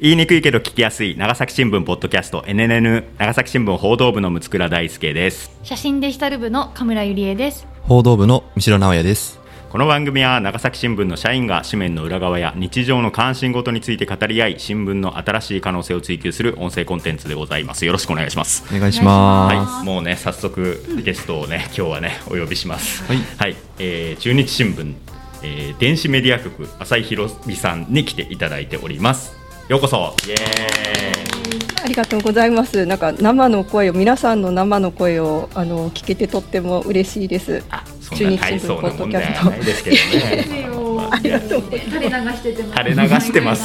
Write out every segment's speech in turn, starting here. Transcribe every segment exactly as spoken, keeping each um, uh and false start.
言いにくいけど聞きやすい長崎新聞ポッドキャスト エヌエヌエヌ 長崎新聞報道部の六倉大輔です。 写真デジタル部の神村ゆりえです。 報道部の三代直也です。 この番組は長崎新聞の社員が紙面の裏側や日常の関心事について語り合い、新聞の新しい可能性を追求する音声コンテンツでございます。よろしくお願いします。 お願いします。 はい、もうね早速ゲストをね今日はねお呼びします。 はい、 はい、えー、中日新聞、えー、電子メディア局浅井宏美さんに来ていただいております。ようこそ。イエーイ。 ありがとうございます。なんか生の声を皆さんの生の声をあの聞けてとっても嬉しいです。 あ、そんな大層な問題はないですけどね。 ありがとうございます。 垂れ流しててます。 垂れ流してます。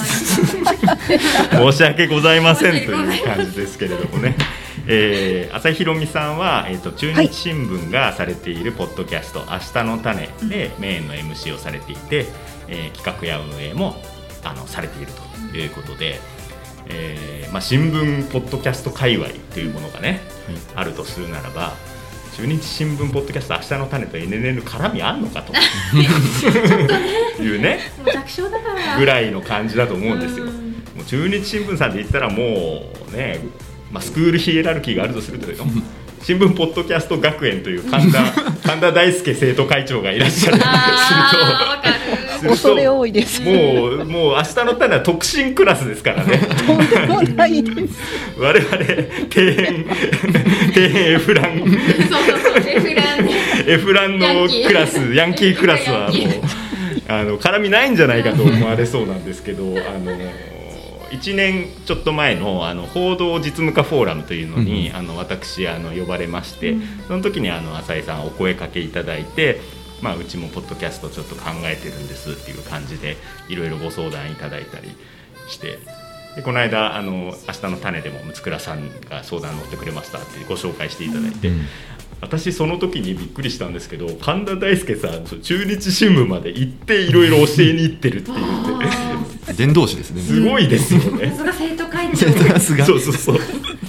申し訳ございませんという感じですけれどもね。えー、浅井宏美さんは、えーと、中日新聞がされているポッドキャスト、はい、明日の種でメインの エムシー をされていて、えー、企画や運営もあのされているということで、えーまあ、新聞ポッドキャスト界隈というものがね、うん、あるとするならば中日新聞ポッドキャスト明日の種と エヌエヌエヌ 絡みあんのかというねぐらいの感じだと思うんですよ。もう中日新聞さんで言ったらもうね、まあ、スクールヒエラルキーがあるとすると新聞ポッドキャスト学園という神田, 神田大輔生徒会長がいらっしゃるすると恐れ多いです。 もう、もう明日の種は特進クラスですからね。 とんでもないです。 我々底辺底辺エフランエフランのクラスヤンキークラスはもうあの絡みないんじゃないかと思われそうなんですけど、あのいちねんちょっと前 の, あの報道実務家フォーラムというのに、うん、あの私あの呼ばれまして、うん、その時にあの浅井さんお声かけいただいて、まあ、うちもポッドキャストちょっと考えてるんですっていう感じでいろいろご相談いただいたりして、でこの間あの明日の種でも六倉さんが相談乗ってくれましたってご紹介していただいて、うん、私その時にびっくりしたんですけど、神田大輔さん中日新聞まで行っていろいろ教えに行ってるっていう伝道師ですね。 すごいですよね。 さすが生徒会長。 そうそうそう。も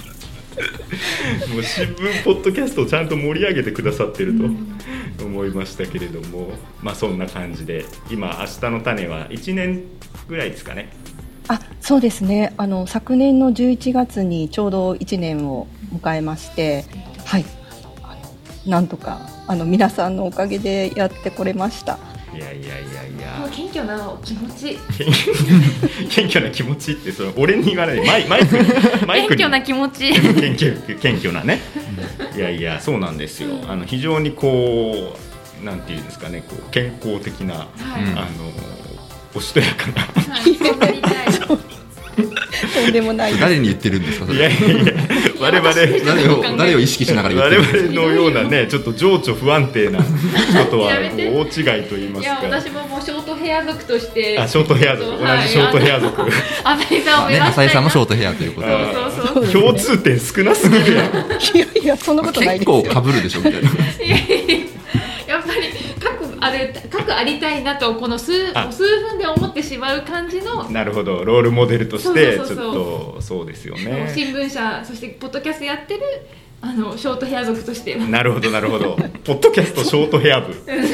う新聞ポッドキャストをちゃんと盛り上げてくださってると思いましたけれども、まあそんな感じで今明日の種はいちねんぐらいですかね。 あ、そうですね。あの昨年のじゅういちがつにちょうどいちねんを迎えまして、はい、あのなんとかあの皆さんのおかげでやってこれました。 いやいやいやいや、 もう謙虚な気持ち謙虚な気持ちってそれ俺に言わないでマイ、マイクにマイクに謙虚な気持ち謙虚、謙虚なねいやいやそうなんですよ。あの非常にこうなんていうんですかね、こう健康的な、はい、あのおしとやかな、はい、 とんでもないです。 誰に言ってるんですかそれ。 いやいや我々 誰を誰を意識しながら言ってるんですか。 我々のようなねちょっと情緒不安定なことは大違いと言いますか。 いや私ももうショートヘア族として。 あ、ショートヘア族、同じショートヘア族。 浅井さんを目指したいな。 浅井さんもショートヘアということで。 そうそうそう共通点少なすぎるやん。いやいやそんなことないですよ。 結構被るでしょみたいな。 やっぱり各あれ各ありたいなとこの 数, 数分で思ってしまう感じの。 なるほど、ロールモデルとしてちょっとそうですよね。 新聞社そしてポッドキャストやってるあのショートヘア族としては。 なるほどなるほど。ポッドキャストショートヘア部。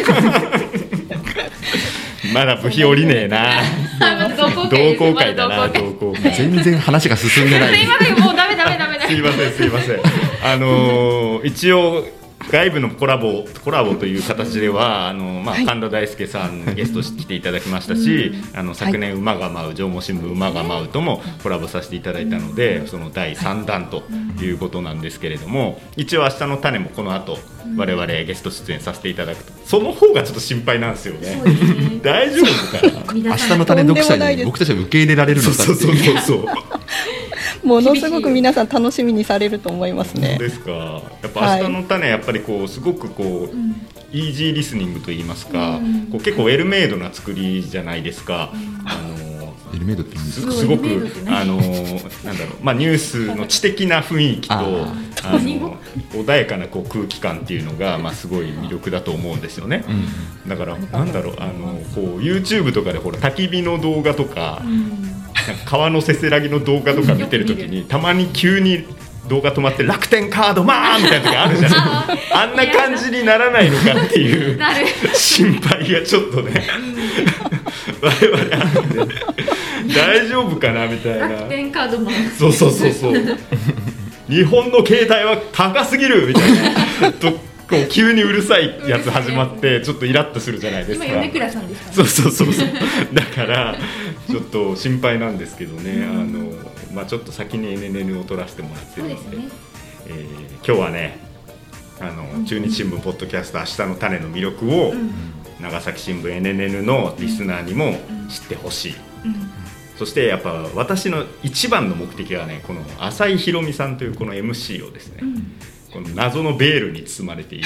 まだ部費降りねえな。同好会だな。同好会。 全然話が進んでない。 すいません、もうダメダメダメ。 すいませんすいません。あのー、一応外部のコラボコラボという形ではあの、まあ、神田大輔さんゲスト来ていただきましたし、あの昨年馬が舞う上毛新聞馬が舞うともコラボさせていただいたので、そのだいさんだんということなんですけれども、一応明日の種もこの後我々ゲスト出演させていただくと、その方がちょっと心配なんですよね。大丈夫かな。 明日の種読者に僕たちは受け入れられるのかって。 そうそうそうそうものすごく皆さん楽しみにされると思いますね。 そうですか。やっぱ明日の種やっぱりこうすごくこう、うん、イージーリスニングといいますか、うん、こう結構ウェルメイドな作りじゃないですか。うん、あのウェルメイドって言うんですか。 すごくあのなんだろう、まあニュースの知的な雰囲気とあの穏やかなこう空気感っていうのがまあすごい魅力だと思うんですよね。うん、だからなんだろう、あのこう YouTube とかでほら焚き火の動画とか。うん、なんか川のせせらぎの動画とか見てるときにたまに急に動画止まって楽天カードマンみたいな時あるじゃない。あんな感じにならないのかっていう心配がちょっとね我々あるんで大丈夫かなみたいな。 楽天カードマン。 そうそうそうそう日本の携帯は高すぎるみたいなとこう急にうるさいやつ始まってちょっとイラッとするじゃないですか。 今米倉さんですかね。 そうそうそうそうだからちょっと心配なんですけどね、 うん、 あのまあ、ちょっと先に エヌエヌエヌ を取らせてもらってるので、 そうですね、 えー、今日はねあの中日新聞ポッドキャスト明日の種の魅力を、うん、長崎新聞 エヌエヌエヌ のリスナーにも知ってほしい、うんうん、そしてやっぱ私の一番の目的はねこの浅井ひろみさんというこの エムシー をですね、うん、この謎のベールに包まれている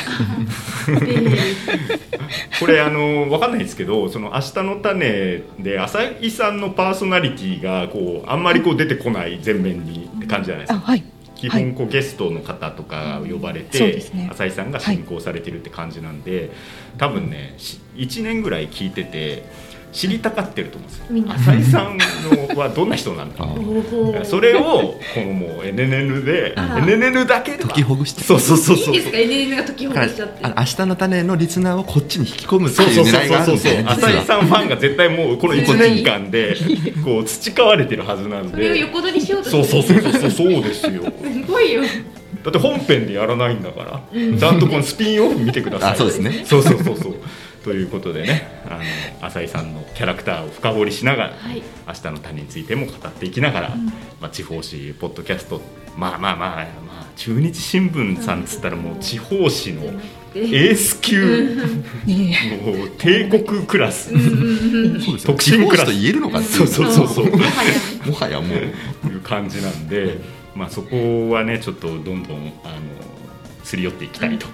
これあの分かんないですけどその明日の種で浅井さんのパーソナリティがこうあんまりこう出てこない前面にって感じじゃないですか、 はい、 基本こうゲストの方とか呼ばれて、ね、浅井さんが進行されてるって感じなんで、はい、多分ねいちねんぐらい聞いてて知りたがってると思うんですよ。浅井さんのはどんな人なんだそれをこのもう エヌエヌエヌ で エヌエヌエヌ だけ解きほぐしてそうそうそうそういいんですか エヌエヌエヌ が解きほぐしちゃって明日の種のリスナーをこっちに引き込むっていう狙いがあるんですよね。 浅井さんファンが絶対もうこのいちねんかんでこう培われてるはずなんでそれを横取りしようとしてそうそうそうそうそうですよすごいよだって本編でやらないんだから、うん、ちゃんとこのスピンオフ見てください。 あそうですねそうそうそうそうということでねあの浅井さんのキャラクターを深掘りしながら、はい、明日の種についても語っていきながら、うんまあ、地方紙ポッドキャストまあまあまあ、まあ、中日新聞さんっつったらもう地方紙のエース級もう帝国クラス特進クラスと言えるのかってそうそうそうそうもはやもういう感じなんで、まあ、そこはねちょっとどんどんあのすり寄っていきたいと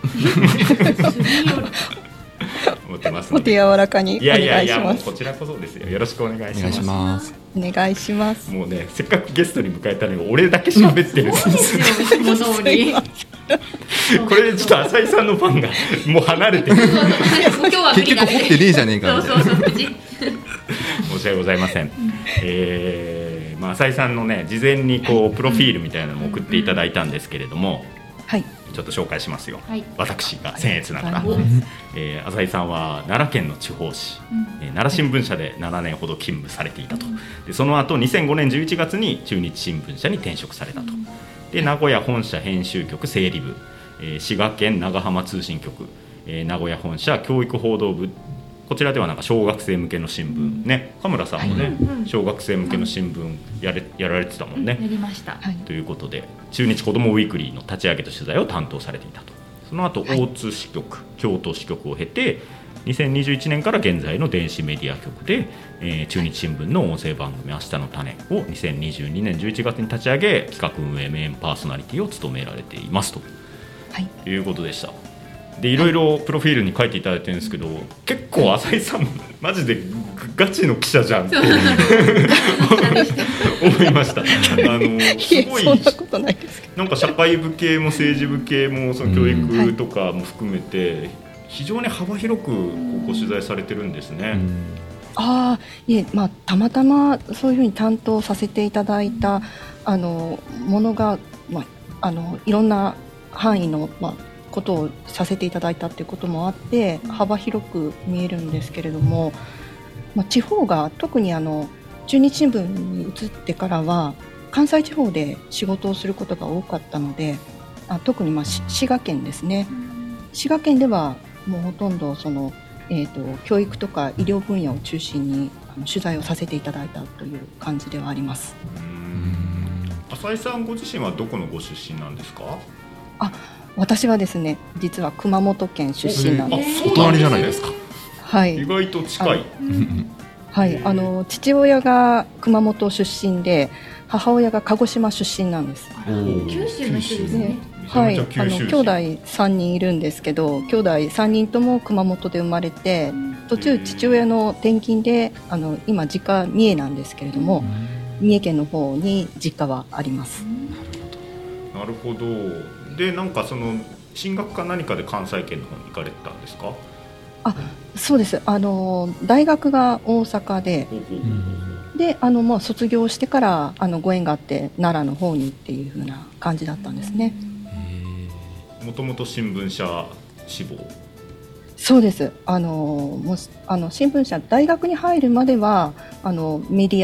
思ってますのでお手柔らかにお願いします。いやいやいやもうこちらこそですよ。よろしくお願いします。 お願いします。 お願いします。 もうねせっかくゲストに迎えたのに俺だけ喋ってるんですよ。 そうですよこれでちょっと浅井さんのファンがもう離れてる今日は結局掘ってねえじゃねえかみたいなそうそうそう申し訳ございません、えーまあ、浅井さんのね事前にこうプロフィールみたいなのも送っていただいたんですけれども、はいちょっと紹介しますよ、はい、私が僭越ながら、はいえー、浅井さんは奈良県の地方紙、うんえー、奈良新聞社でななねんほど勤務されていたと、うん、でその後にせんごねんじゅういちがつに中日新聞社に転職されたと、うん、で名古屋本社編集局整理部、えー、滋賀県長浜通信局、えー、名古屋本社教育報道部こちらではなんか小学生向けの新聞ね、神村さんもね、はい、小学生向けの新聞やれ、やられてたもんね、 やりました、はい、 ということで中日子どもウィークリーの立ち上げと取材を担当されていたと。その後、はい、大津支局京都支局を経てにせんにじゅういちねんから現在の電子メディア局で、えー、中日新聞の音声番組明日の種をにせんにじゅうにねんじゅういちがつに立ち上げ企画運営メインパーソナリティを務められていますと、はい、いうことでした。でいろいろプロフィールに書いていただいてるんですけど、結構浅井さんマジでガチの記者じゃんって思いました。あのすごいそんなことないですけど、 なんか社会部系も政治部系もその教育とかも含めて非常に幅広くご取材されてるんですね。 あいえ、まあ、たまたまそういうふうに担当させていただいたあのものが、まあ、あのいろんな範囲の、まあことをさせていただいたということもあって幅広く見えるんですけれども、まあ、地方が特にあの中日新聞に移ってからは関西地方で仕事をすることが多かったので、あ特にまあ滋賀県ですね。滋賀県ではもうほとんどその、えーと、教育とか医療分野を中心にあの取材をさせていただいたという感じではあります。 うーん浅井さんご自身はどこのご出身なんですか？ あ私はですね実は熊本県出身なんです。 お隣じゃないですか。 はい、 意外と近い。 はい、あの父親が熊本出身で母親が鹿児島出身なんです。 九州の人ですね。 はい、あの兄弟さんにんいるんですけど、兄弟さんにんとも熊本で生まれて、途中父親の転勤であの今実家三重なんですけれども、三重県の方に実家はあります。 なるほど。でなんかその進学か何かで関西圏の方に行かれてたんですか？ あそうです。あの大学が大阪で、であの、まあ、卒業してからあのご縁があって奈良の方にっていう風な感じだったんですね。 もともと新聞社志望？ そうです。あのもうあの新聞社大学に入るまではあのメディア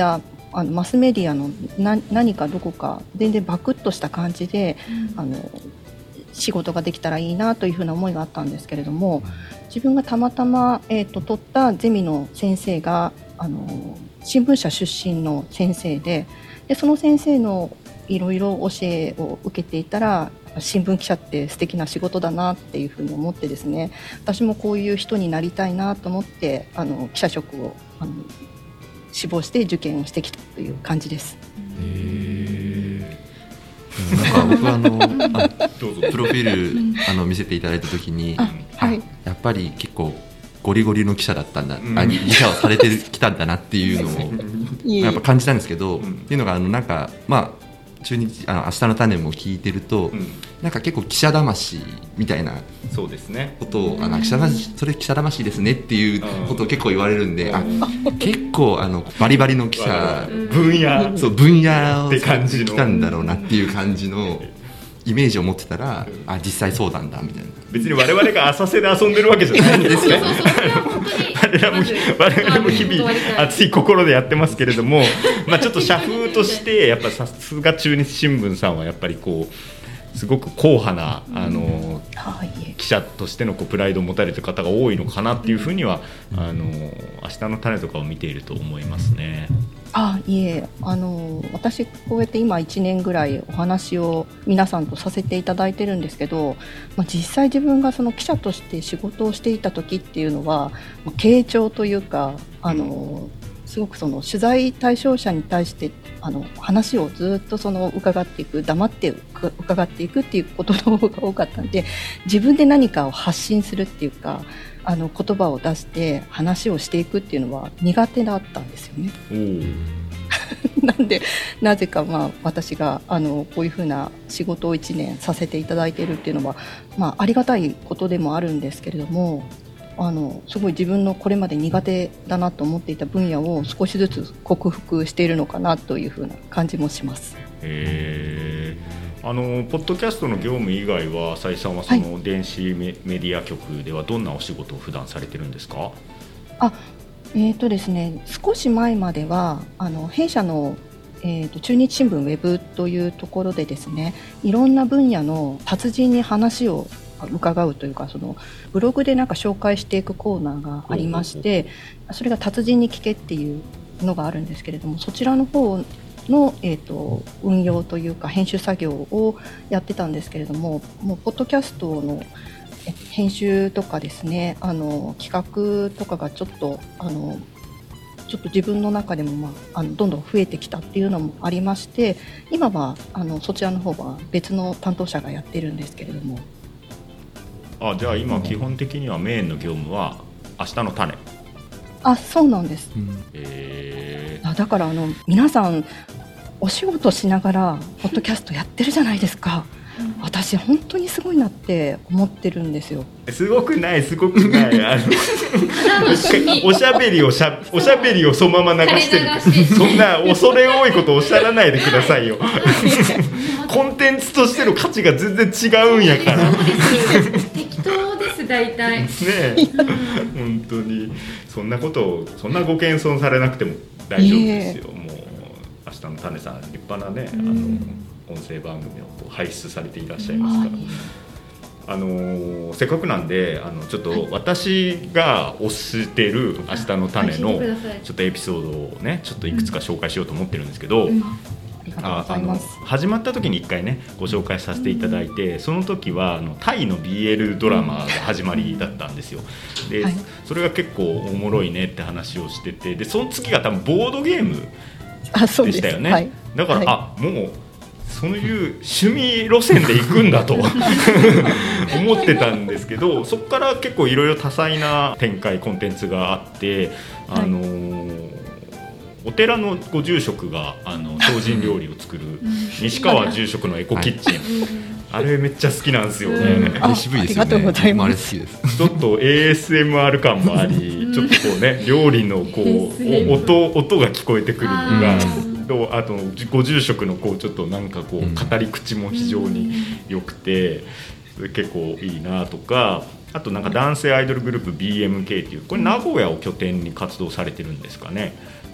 あのマスメディアのな何かどこか全然バクッとした感じで、うん、あの仕事ができたらいいなというふうな思いがあったんですけれども、自分がたまたま、えー、と取ったゼミの先生があの新聞社出身の先生 で, でその先生のいろいろ教えを受けていたら、新聞記者って素敵な仕事だなっていうふうに思ってですね、私もこういう人になりたいなと思ってあの記者職をあの志望して受験をしてきたという感じです。 へなんか僕はあのあどうぞプロフィールあの見せていただいた時に、はい、やっぱり結構ゴリゴリの記者だったんだ、うん、あ記者をされてきたんだなっていうのをやっぱ感じたんですけど、うん、っていうのがあのなんかまあ中日あの明日の種も聞いてると、うん、なんか結構記者魂みたいなそうですねことを、あの記者魂それ記者魂ですねっていうことを結構言われるんで、あ結構あのバリバリの記者分野そう分野を使ってきたんだろうなっていう感じのイメージを持ってたら、あ実際そうなんだみたいな。 別に我々が浅瀬で遊んでるわけじゃないんですよ我々も我々も日々熱い心でやってますけれども、まあちょっと社風としてやっぱさすが中日新聞さんはやっぱりこうすごく硬派なあの記者としてのこうプライドを持たれている方が多いのかなっていうふうにはあの明日の種とかを見ていると思いますね。 あいえあの私こうやって今いちねんぐらいお話を皆さんとさせていただいてるんですけど、まあ、実際自分がその記者として仕事をしていた時っていうのは、まあ、傾聴というかあのすごくその取材対象者に対してあの話をずっとその伺っていく黙って伺っていくっていうことの方が多かったので、自分で何かを発信するっていうかあの言葉を出して話をしていくっていうのは苦手だったんですよね。なんでなぜかまあ私があのこういうふうな仕事をいちねんさせていただいているっていうのは、まあ、ありがたいことでもあるんですけれども、あのすごい自分のこれまで苦手だなと思っていた分野を少しずつ克服しているのかなというふうな感じもします。 へー、あのポッドキャストの業務以外は浅井さんはその電子 メ,、はい、メディア局ではどんなお仕事を普段されてるんですか？ あ、えーとですね、少し前まではあの弊社の、えーと、中日新聞ウェブというところでですね、いろんな分野の達人に話を伺うというか、そのブログでなんか紹介していくコーナーがありまして、それが達人に聞けっていうのがあるんですけれども、そちらの方の、えーと、運用というか編集作業をやってたんですけれども、もうポッドキャストの編集とかですね、あの企画とかがちょっとあのちょっと自分の中でも、まあ、あのどんどん増えてきたっていうのもありまして、今はあのそちらの方は別の担当者がやってるんですけれども。 あ、じゃあ今基本的にはメインの業務は明日の種。 あ、そうなんです、うん、 えー、だからあの皆さんお仕事しながらポッドキャストやってるじゃないですか。私本当にすごいなって思ってるんですよ。 すごくないすごくないあのおしゃべりをしゃおしゃべりをそのまま流してるそんな恐れ多いことをおっしゃらないでくださいよコンテンツとしての価値が全然違うんやから適当です大体ねえ本当にそんなことをそんなご謙遜されなくても大丈夫ですよ、えー、もう明日の種さん立派なね、うん、あの音声番組をこう輩出されていらっしゃいますから、あのー、せっかくなんであのちょっと私が推してる明日の種のちょっとエピソードをねちょっといくつか紹介しようと思ってるんですけど、うんうん、ああの始まった時にいっかいねご紹介させていただいて、その時はあのタイの ビーエル ドラマが始まりだったんですよ。で、はい、それが結構おもろいねって話をしてて、でその次が多分ボードゲームでしたよね。はい、だから、はい、あもうそういう趣味路線で行くんだと思ってたんですけど、そこから結構いろいろ多彩な展開コンテンツがあって、あのーはい、お寺のご住職があの精進料理を作る西川住職のエコキッチン、はい、あれめっちゃ好きなんですよね。 あれ渋いですよね。ありがとうございます。あれ好きです。 ちょっと エーエスエムアール 感もあり、ちょっとこうね料理のこう音音が聞こえてくるのが、あとご住職のこうちょっとなんかこう語り口も非常に良くて、それ結構いいなとか、あとなんか男性アイドルグループ ビーエムケー っていうこれ名古屋を拠点に活動されてるんですかね。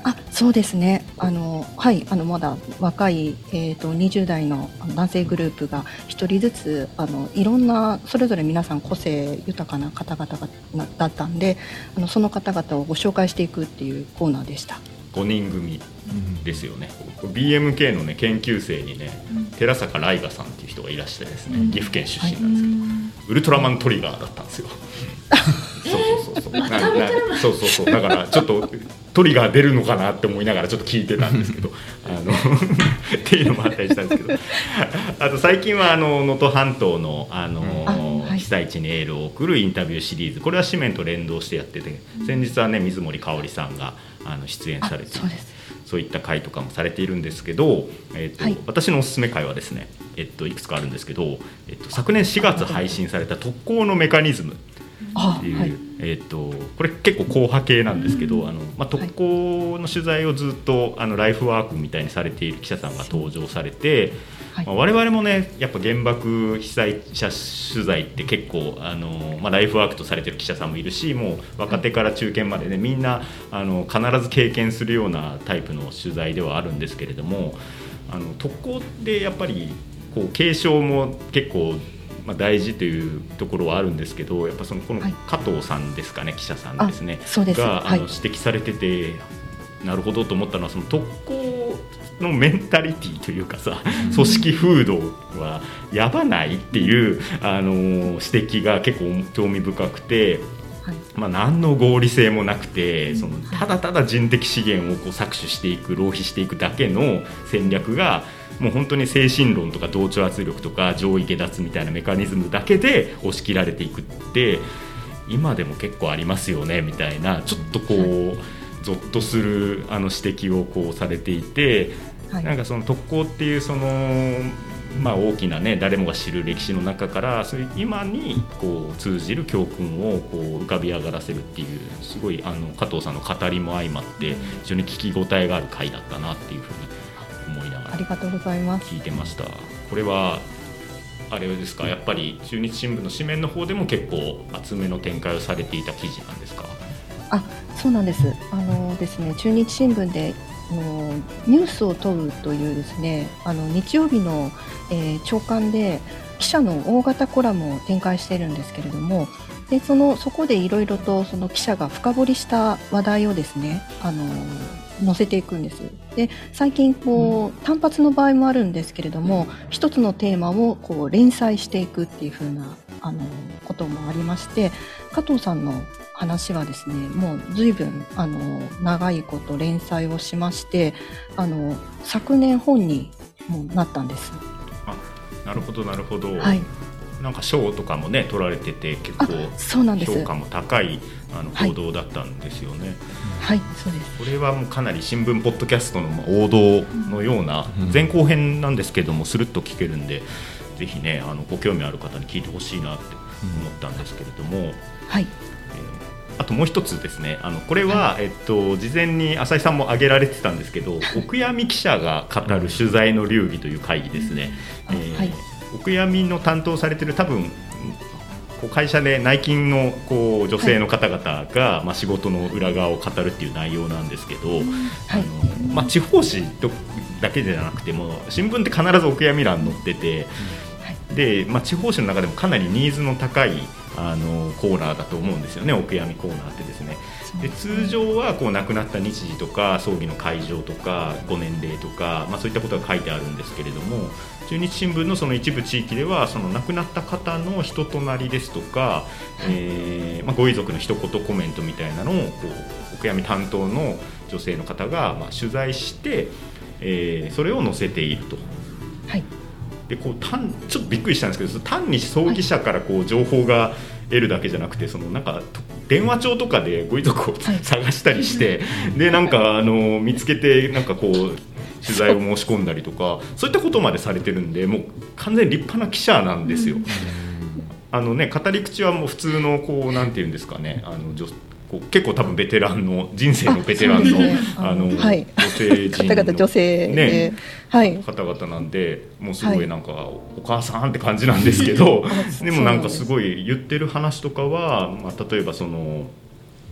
あ、そうですね。あのはいあのまだ若い、えー、とにじゅう代の男性グループが一人ずつあのいろんなそれぞれ皆さん個性豊かな方々がなだったんで、あのその方々をご紹介していくっていうコーナーでした。 ごにん組ですよね、うん、ビーエムケー の、ね、研究生にね、うん、寺坂ライガさんっていう人がいらしてですね、うん、岐阜県出身なんですけど、はい、ウルトラマントリガーだったんですよそうそうそうそうななそうそうそうだからちょっとトリガー出るのかなって思いながらちょっと聞いてたんですけどあのっていうのもあったりしたんですけどあと最近はあの能登半島の、あのーはい、被災地にエールを送るインタビューシリーズ、これは紙面と連動してやってて、先日はね水森かおりさんがあの出演されて、そうです、そういった回とかもされているんですけど、えーとはい、私のおすすめ回はですね、えっと、いくつかあるんですけど、えっと、昨年しがつ配信された特攻のメカニズムっていう、はい、えー、とこれ結構硬派系なんですけど、うん、あのまあ、特攻の取材をずっとあのライフワークみたいにされている記者さんが登場されて、はい、まあ、我々もねやっぱ原爆被災者取材って結構あの、まあ、ライフワークとされている記者さんもいるし、もう若手から中堅までねみんなあの必ず経験するようなタイプの取材ではあるんですけれども、あの特攻ってやっぱりこう継承も結構まあ、大事というところはあるんですけど、やっぱそのこの加藤さんですかね、はい、記者さんですねそうですが、 はい、 あの指摘されててなるほどと思ったのは、その特攻のメンタリティというかさ、組織風土はやばないっていうあの指摘が結構興味深くて、はい、まあ、何の合理性もなくて、そのただただ人的資源をこう搾取していく浪費していくだけの戦略がもう本当に精神論とか同調圧力とか上位下脱みたいなメカニズムだけで押し切られていくって今でも結構ありますよねみたいな、ちょっとこうゾッとするあの指摘をこうされていて、はい、なんかその特攻っていうそのまあ大きなね誰もが知る歴史の中からそういう今にこう通じる教訓をこう浮かび上がらせるっていう、すごいあの加藤さんの語りも相まって非常に聞き応えがある回だったなっていうふうに思いながらありがとうございます聞いてました。これはあれですか、やっぱり中日新聞の紙面の方でも結構厚めの展開をされていた記事なんですか？ あ、そうなんです。あのですね、中日新聞でのニュースを問うというですね、あの日曜日の、えー、朝刊で記者の大型コラムを展開しているんですけれども、で そ, のそこでいろいろとその記者が深掘りした話題をですね、あの載せていくんです。で最近こう、うん、単発の場合もあるんですけれども、一つのテーマをこう連載していくっていう風なあのこともありまして、加藤さんの話はですね、もう随分あの長いこと連載をしまして、あの昨年本にもなったんです。 あ、なるほどなるほど、 はい、 なんか賞とかもね取られてて結構評価も高いあの報道だったんですよね。 はい、はい、そうです。 これはもうかなり新聞ポッドキャストの王道のような前後編なんですけども、スルッと聞けるんで、ぜひねあのご興味ある方に聞いてほしいなって思ったんですけれども、 はい、 あともう一つですね、あのこれは、はい、えっと、事前に浅井さんも挙げられてたんですけど、お悔やみ記者が語る取材の流儀という会議ですね。えーはい、お悔やみの担当されている多分こう会社で内勤のこう女性の方々が、はい、まあ、仕事の裏側を語るっていう内容なんですけど、はい、あのまあ、地方紙だけではなくても新聞って必ずお悔やみ欄載ってて、はい、で、まあ、地方紙の中でもかなりニーズの高いあのコーナーだと思うんですよね、お悔やみコーナーってですね。で通常はこう亡くなった日時とか葬儀の会場とかご年齢とか、まあ、そういったことが書いてあるんですけれども、中日新聞のその一部地域ではその亡くなった方の人となりですとか、えーまあ、ご遺族の一言コメントみたいなのをこうお悔やみ担当の女性の方がまあ取材して、えー、それを載せていると。 はい、 でこう単ちょっとびっくりしたんですけど、単に葬儀者からこう情報が得るだけじゃなくて、そのなんか電話帳とかでご遺族を探したりして、でなんかあの見つけてなんかこう取材を申し込んだりとか、そういったことまでされてるんで、もう完全に立派な記者なんですよ。あのね、語り口はもう普通のこうなんていうんですかね、あの女こう結構多分ベテランの人生のベテランの、ね、あの、はい、女性陣の、 方々女性で、ね、はい、 方々なんで、もうすごいなんか、はい、お母さんって感じなんですけどでもなんかすごい言ってる話とかは、まあ、例えばその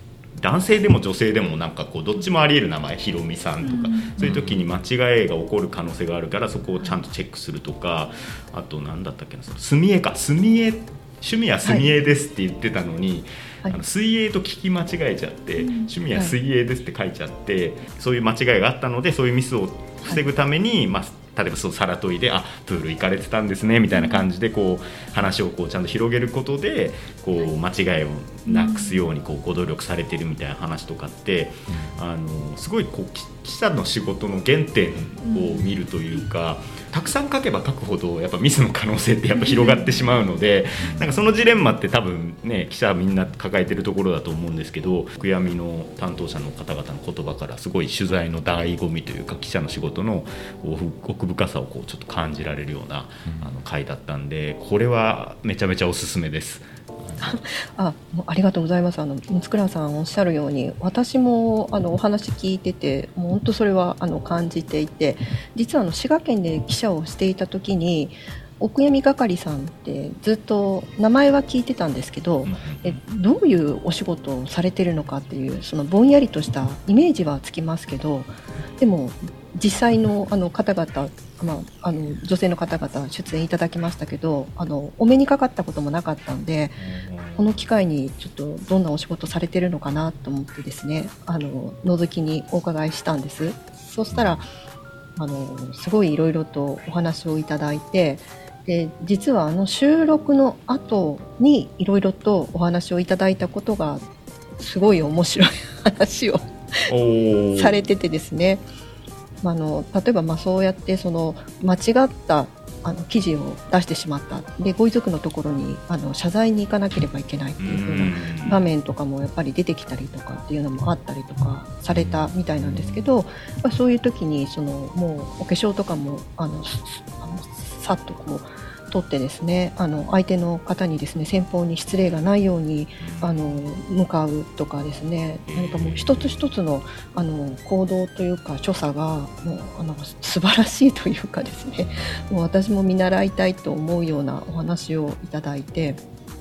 男性でも女性でもなんかこうどっちもあり得る名前、ひろみさんとか、そういう時に間違いが起こる可能性があるから、そこをちゃんとチェックするとか、あと何だったっけな、すみえか、すみえ、趣味はすみえですって言ってたのに、はい、あの水泳と聞き間違えちゃって、うん、趣味は水泳ですって書いちゃって、はい、そういう間違いがあったので、そういうミスを防ぐために、はい、まあ例えばそうさら問いで、あ、プール行かれてたんですねみたいな感じでこう話をこうちゃんと広げることでこう間違いをなくすようにこうご努力されてるみたいな話とかって、あのすごいこう記者の仕事の原点を見るというか、たくさん書けば書くほどやっぱミスの可能性ってやっぱ広がってしまうので、なんかそのジレンマって多分ね、記者はみんな抱えてるところだと思うんですけど、悔やみの担当者の方々の言葉からすごい取材の醍醐味というか、記者の仕事の奥深さをこうちょっと感じられるようなあの回だったんで、これはめちゃめちゃおすすめです。 あ, ありがとうございます。あの六倉さんおっしゃるように、私もあのお話聞いてて、もう本当それはあの感じていて、実はあの滋賀県で記者をしていた時に、お悔やみ係さんってずっと名前は聞いてたんですけど、えどういうお仕事をされてるのかっていう、そのぼんやりとしたイメージはつきますけど、でも実際のあの方々、まあ、あの女性の方々出演いただきましたけど、あのお目にかかったこともなかったんで、この機会にちょっとどんなお仕事されてるのかなと思ってですね、あの覗きにお伺いしたんです。そしたらあのすごいいろいろとお話をいただいて、で実はあの収録の後にいろいろとお話をいただいたことがすごい面白い話をされててですね、あの例えばまあそうやってその間違ったあの記事を出してしまった、でご遺族のところにあの謝罪に行かなければいけないっていう風な場面とかもやっぱり出てきたりとかっていうのもあったりとかされたみたいなんですけど、そういう時にそのもうお化粧とかもあのあのさっとこう取ってですね、あの相手の方にですね、先方に失礼がないようにあの向かうとかですね、何かもう一つ一つのあの行動というか所作がもうあの素晴らしいというかですね、もう私も見習いたいと思うようなお話をいただいて、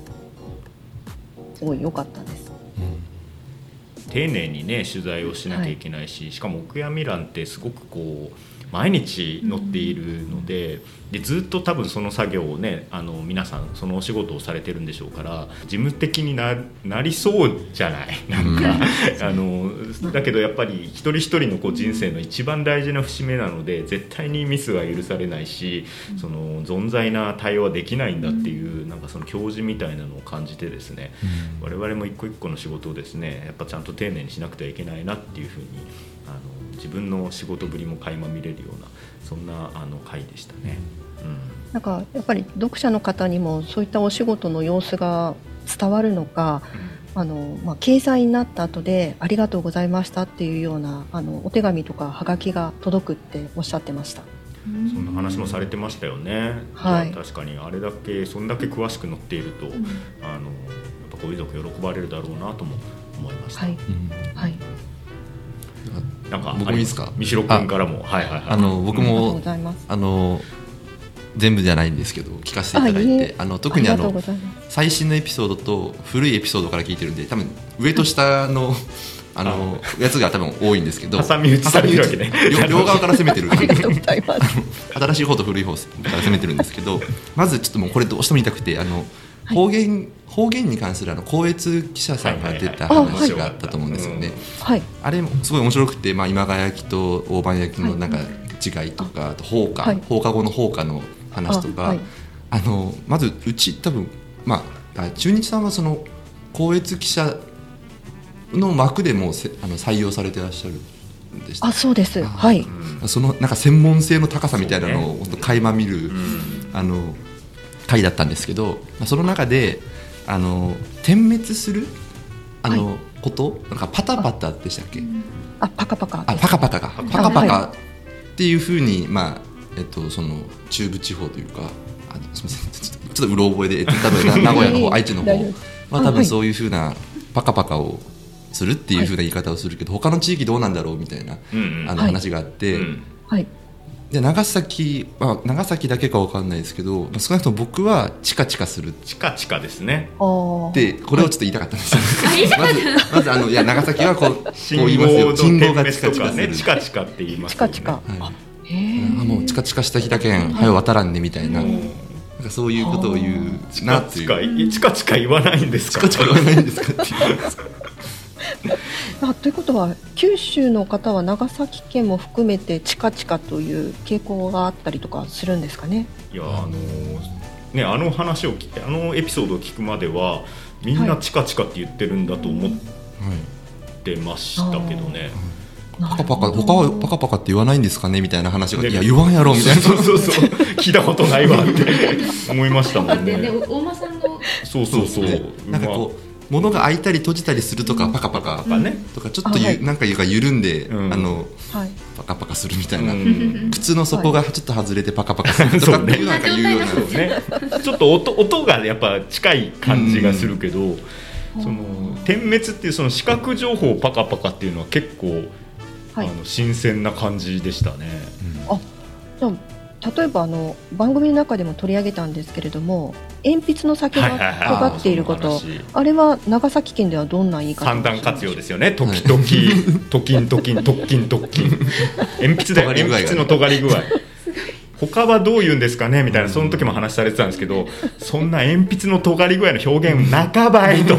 すごい良かったです。 丁寧にね取材をしなきゃいけないし、はい、しかもお悔やみ欄ってすごくこう毎日載っているので、でずっと多分その作業をね、あの皆さんそのお仕事をされてるんでしょうから、事務的に な, なりそうじゃないなんかあのだけどやっぱり一人一人のこう人生の一番大事な節目なので、絶対にミスは許されないし、その存在な対応はできないんだっていう、なんかその教示みたいなのを感じてですね、我々も一個一個の仕事をですね、やっぱちゃんと丁寧にしなくてはいけないなっていうふうに、あの自分の仕事ぶりも垣間見れるような、そんなあの回でしたね。うん、 なんかやっぱり読者の方にもそういったお仕事の様子が伝わるのか、うん、あのまあ、掲載になった後でありがとうございましたっていうようなあのお手紙とかはがきが届くっておっしゃってました。 そんな話もされてましたよね。はい、確かにあれだけそんだけ詳しく載っていると、うん、あのやっぱご遺族喜ばれるだろうなとも思いました。はい、うん、はい、なんか僕もいいですか。 三代君からも、はいはいはい、 あの僕も、うん、あの全部じゃないんですけど聞かせていただいて、あの特にあの最新のエピソードと古いエピソードから聞いてるんで、多分上と下のあのやつが多分多いんですけど、 挟み撃ちされてるわけね。 両側から攻めてるありがとうございます。新しい方と古い方から攻めてるんですけど、まずちょっともうこれどうしても言いたくて、あの方言方言に関するあの校閲記者さんが出た話があったと思うんですよね。はい、あれもすごい面白くて、まあ、今川焼きと大判焼きのなんか違いとか、あと放火、はい、放課後の放火の話とか、あ、はい、あのまずうち多分、まあ、中日さんはその校閲記者の枠でもせあの採用されてらっしゃるんでした。 あ、そうです。はい。 そのなんか専門性の高さみたいなのを垣間見る、あの回だったんですけど、その中であの点滅するあの、はい、ことなんかパタパタでしたっけ？ あ、パカパカ。 あ、パカパカか。パカパカっていうふうに、まあえっとその中部地方というか、あのすみませんちょっとちょっとうろ覚えで、えっと、多分名古屋の方愛知の方は多分そういうふうなパカパカをするっていう風な言い方をするけど、はい、他の地域どうなんだろうみたいな、うんうん、あの話があって、はい、 で長崎は長崎だけかわかんないですけど、少なくとも僕はチカチカするチカチカですね。 でこれをちょっと言いたかったんですよ、はい、まずまずあのいや長崎はこう信号の点滅とかね、チカチカって言いますよね。 チカチカ、 はい、へあもうチカチカした日だけん早渡らんねみたいな、なんかそういうことを言うなっていう。 チカチカ言わないんですか。 チカチカ言わないんですかっていうあということは九州の方は長崎県も含めてチカチカという傾向があったりとかするんですかね。 いやあのねあの話を聞いてあのエピソードを聞くまではみんなチカチカって言ってるんだと思ってましたけどね。 パカパカ他はパカパカって言わないんですかねみたいな話が、いや言わんやろみたいな、 そうそうそう聞いたことないわって思いましたもんね。 大間さんのそうそうそう、ね、 なんかこう物が開いたり閉じたりするとかパカパカとかちょっとゆ、はい、なんか緩んで、うん、あのはい、パカパカするみたいな、うん、靴の底がちょっと外れてパカパカするとかっていうなんか言うような、 ね、ちょっと 音, 音がやっぱ近い感じがするけど、うん、その点滅っていうその視覚情報パカパカっていうのは結構、はい、あの新鮮な感じでしたね。 うん、あじゃあ例えばあの番組の中でも取り上げたんですけれども、鉛筆の先が尖っていること、はいはいはい、あれは長崎県ではどんな言い方三段活用ですよね。時々時々時々特勤特勤鉛筆で鉛筆の尖り具合他はどう言うんですかねみたいな、その時も話されてたんですけど、そんな鉛筆の尖り具合の表現半ばいと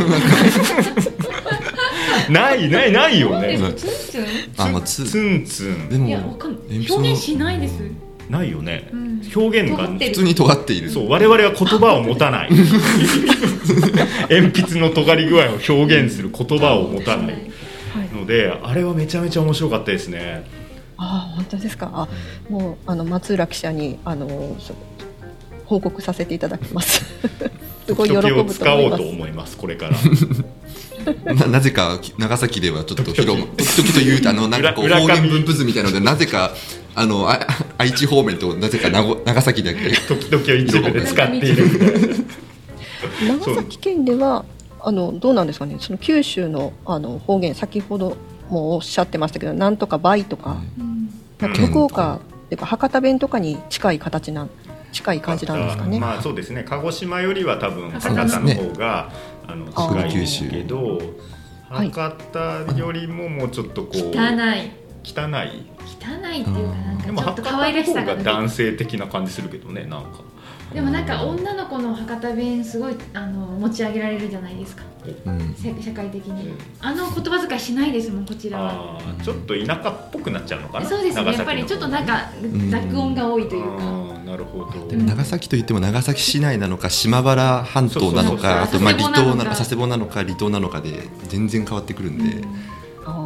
ないないないよね。 ツンツンあ、まあ、 ツンツンでもいやわかん表現しないです。 ないよね、うん、表現が普通に尖っている。 そう我々は言葉を持たない鉛筆の尖り具合を表現する言葉を持たないので、はい、あれはめちゃめちゃ面白かったですね。 ああ本当ですか。あもうあの松浦記者にあの報告させていただきますすごい喜ぶと思います。 使おうと思いますこれからな, なぜか長崎ではちょっと広ま時々というとあのなんかこう方言分布図みたいなのでなぜかあのあ愛知方面となぜか長崎だけ時々は一部で使っているみたいな長崎県ではあのどうなんですかね。その九州のあの方言先ほどもおっしゃってましたけどなんとか倍とか、うん、なんか福岡っていうか博多弁とかに近い形な近い感じなんですかね。 まあそうですね。鹿児島よりは多分博多の方があの近いけど、博多よりももうちょっとこう汚い汚い汚いっていうかなんかちょっと可愛らしさがでも博多の方が男性的な感じするけどね。なんかでもなんか女の子の博多弁すごいあの持ち上げられるじゃないですか、うん、社会的に、うん、あの言葉遣いしないですもんこちらは。 あちょっと田舎っぽくなっちゃうのかな。 そうですね。やっぱりちょっとなんか濁音が多いというか、 うん、なるほど。 でも長崎といっても長崎市内なのか島原半島なのかあとまあ離島なのか佐世保なのか離島なのかで全然変わってくるんで、うん、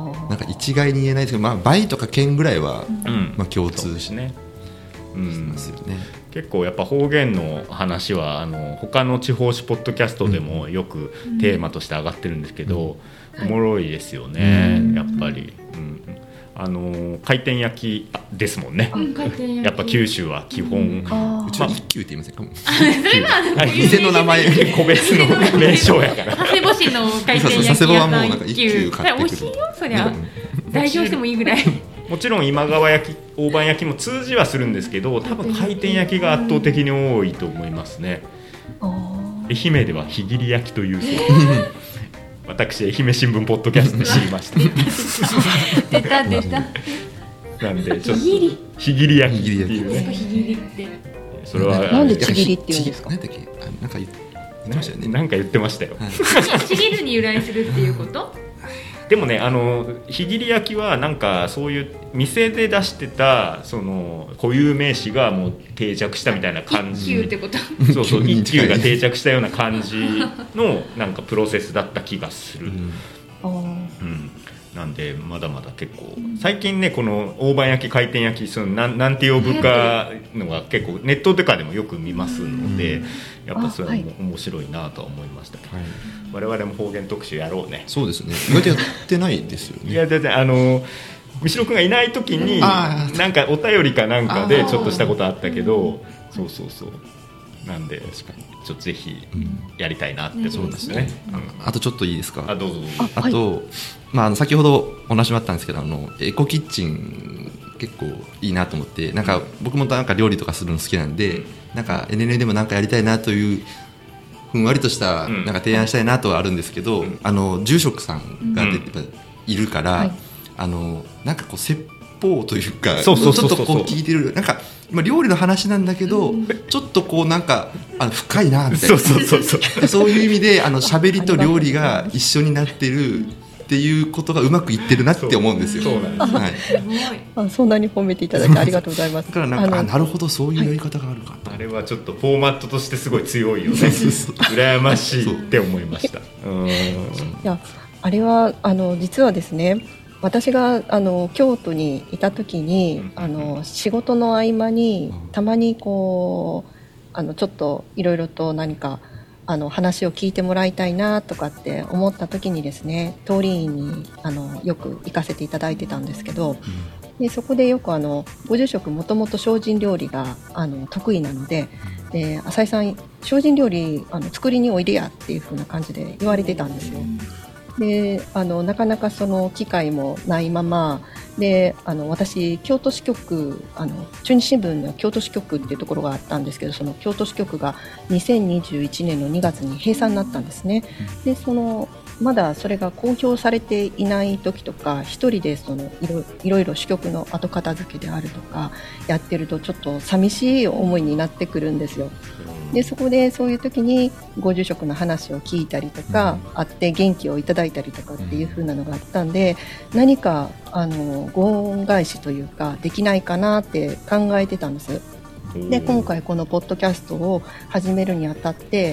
なんか一概に言えないですけど、まあ、倍とか県ぐらいは、うんまあ、共通ですね。うん、ですよね。 結構やっぱ方言の話はあの他の地方紙ポッドキャストでもよくテーマとして上がってるんですけど、うん、おもろいですよね、うん、やっぱり、うん、あの回転焼きですもんね、うん、やっぱ九州は基本、うん、 うちは一級って言いませんかも。 店の名前個別の名称やから佐世保市の回転焼き屋さん佐世保はもうなんか一級買ってくる。 美味しいよそりゃ代表してもいいぐらいもちろん今川焼き大判焼きも通じはするんですけど多分回転焼きが圧倒的に多いと思いますね。愛媛ではひぎり焼きというそう、えー、私愛媛新聞ポッドキャストで知りました出た出たなんでちょっとひぎり焼きっていうね。 ひぎりってそれはなんでちぎりっていうんですか。 なんだっけなんか言ってましたよね。 なんか言ってましたよ。 ちぎるに由来するっていうこと。 でもねあのひぎり焼きはなんかそういう店で出してたその固有名詞がもう定着したみたいな感じ。 一級ってこと。 そうそう一級が定着したような感じのなんかプロセスだった気がする。うんうん、なんでまだまだ結構最近ねこの大判焼き回転焼きそのな ん, なんて呼ぶかのが結構ネットとかでもよく見ますので、やっぱそれも面白いなとは思いましたけど、はい、我々も方言特集やろうね。 そうですね。意外とやってないですよね。 いやだってあの三代くんがいない時になんかお便りかなんかでちょっとしたことあったけど、そうそうそうなんでちょっとぜひやりたいなって思いますね。 うん、あとちょっといいですか。 あどうぞどうぞ。 あと、はいまあ、先ほどお話もあったんですけどあのエコキッチン結構いいなと思って、なんか僕もなんか料理とかするの好きなんで、なんか エヌエヌエー でもなんかやりたいなというふんわりとしたなんか提案したいなとはあるんですけど、うん、あの住職さんが出ているから、うんはい、あのなんかこう説法というか、ちょっとこう聞いてる、なんか今料理の話なんだけど、うん、ちょっとこうなんかあの深いなみたいな、そうそうそうそうそういう意味であの喋りと料理が一緒になってるっていうことがうまくいってるなって思うんですよ。 そうなんです、はい、 あそんなに褒めていただいてありがとうございます。 だからなんかあなるほどそういうやり方があるかと、 はい、あれはちょっとフォーマットとしてすごい強いよね羨ましいって思いました。うんいやあれはあの実はですね、私があの京都にいた時に、うん、あの仕事の合間にたまにこうあのちょっといろいろと何かあの話を聞いてもらいたいなとかって思った時にですね、通り院にあのよく行かせていただいてたんですけど、うん、でそこでよくあのご住職もともと精進料理があの得意なので、うん、で浅井さん精進料理あの作りにおいでやっていう風な感じで言われてたんですよ。であのなかなかその機会もないままで、あの私京都支局あの中日新聞には京都支局っていうところがあったんですけど、その京都支局がにせんにじゅういちねんのにがつに閉鎖になったんですね。でそのまだそれが公表されていない時とか、一人でそのいろいろいろ支局の後片付けであるとかやってるとちょっと寂しい思いになってくるんですよ。でそこでそういう時にご住職の話を聞いたりとか、うん、会って元気をいただいたりとかっていう風なのがあったんで、何かあのご恩返しというかできないかなって考えてたんです。で今回このポッドキャストを始めるにあたって、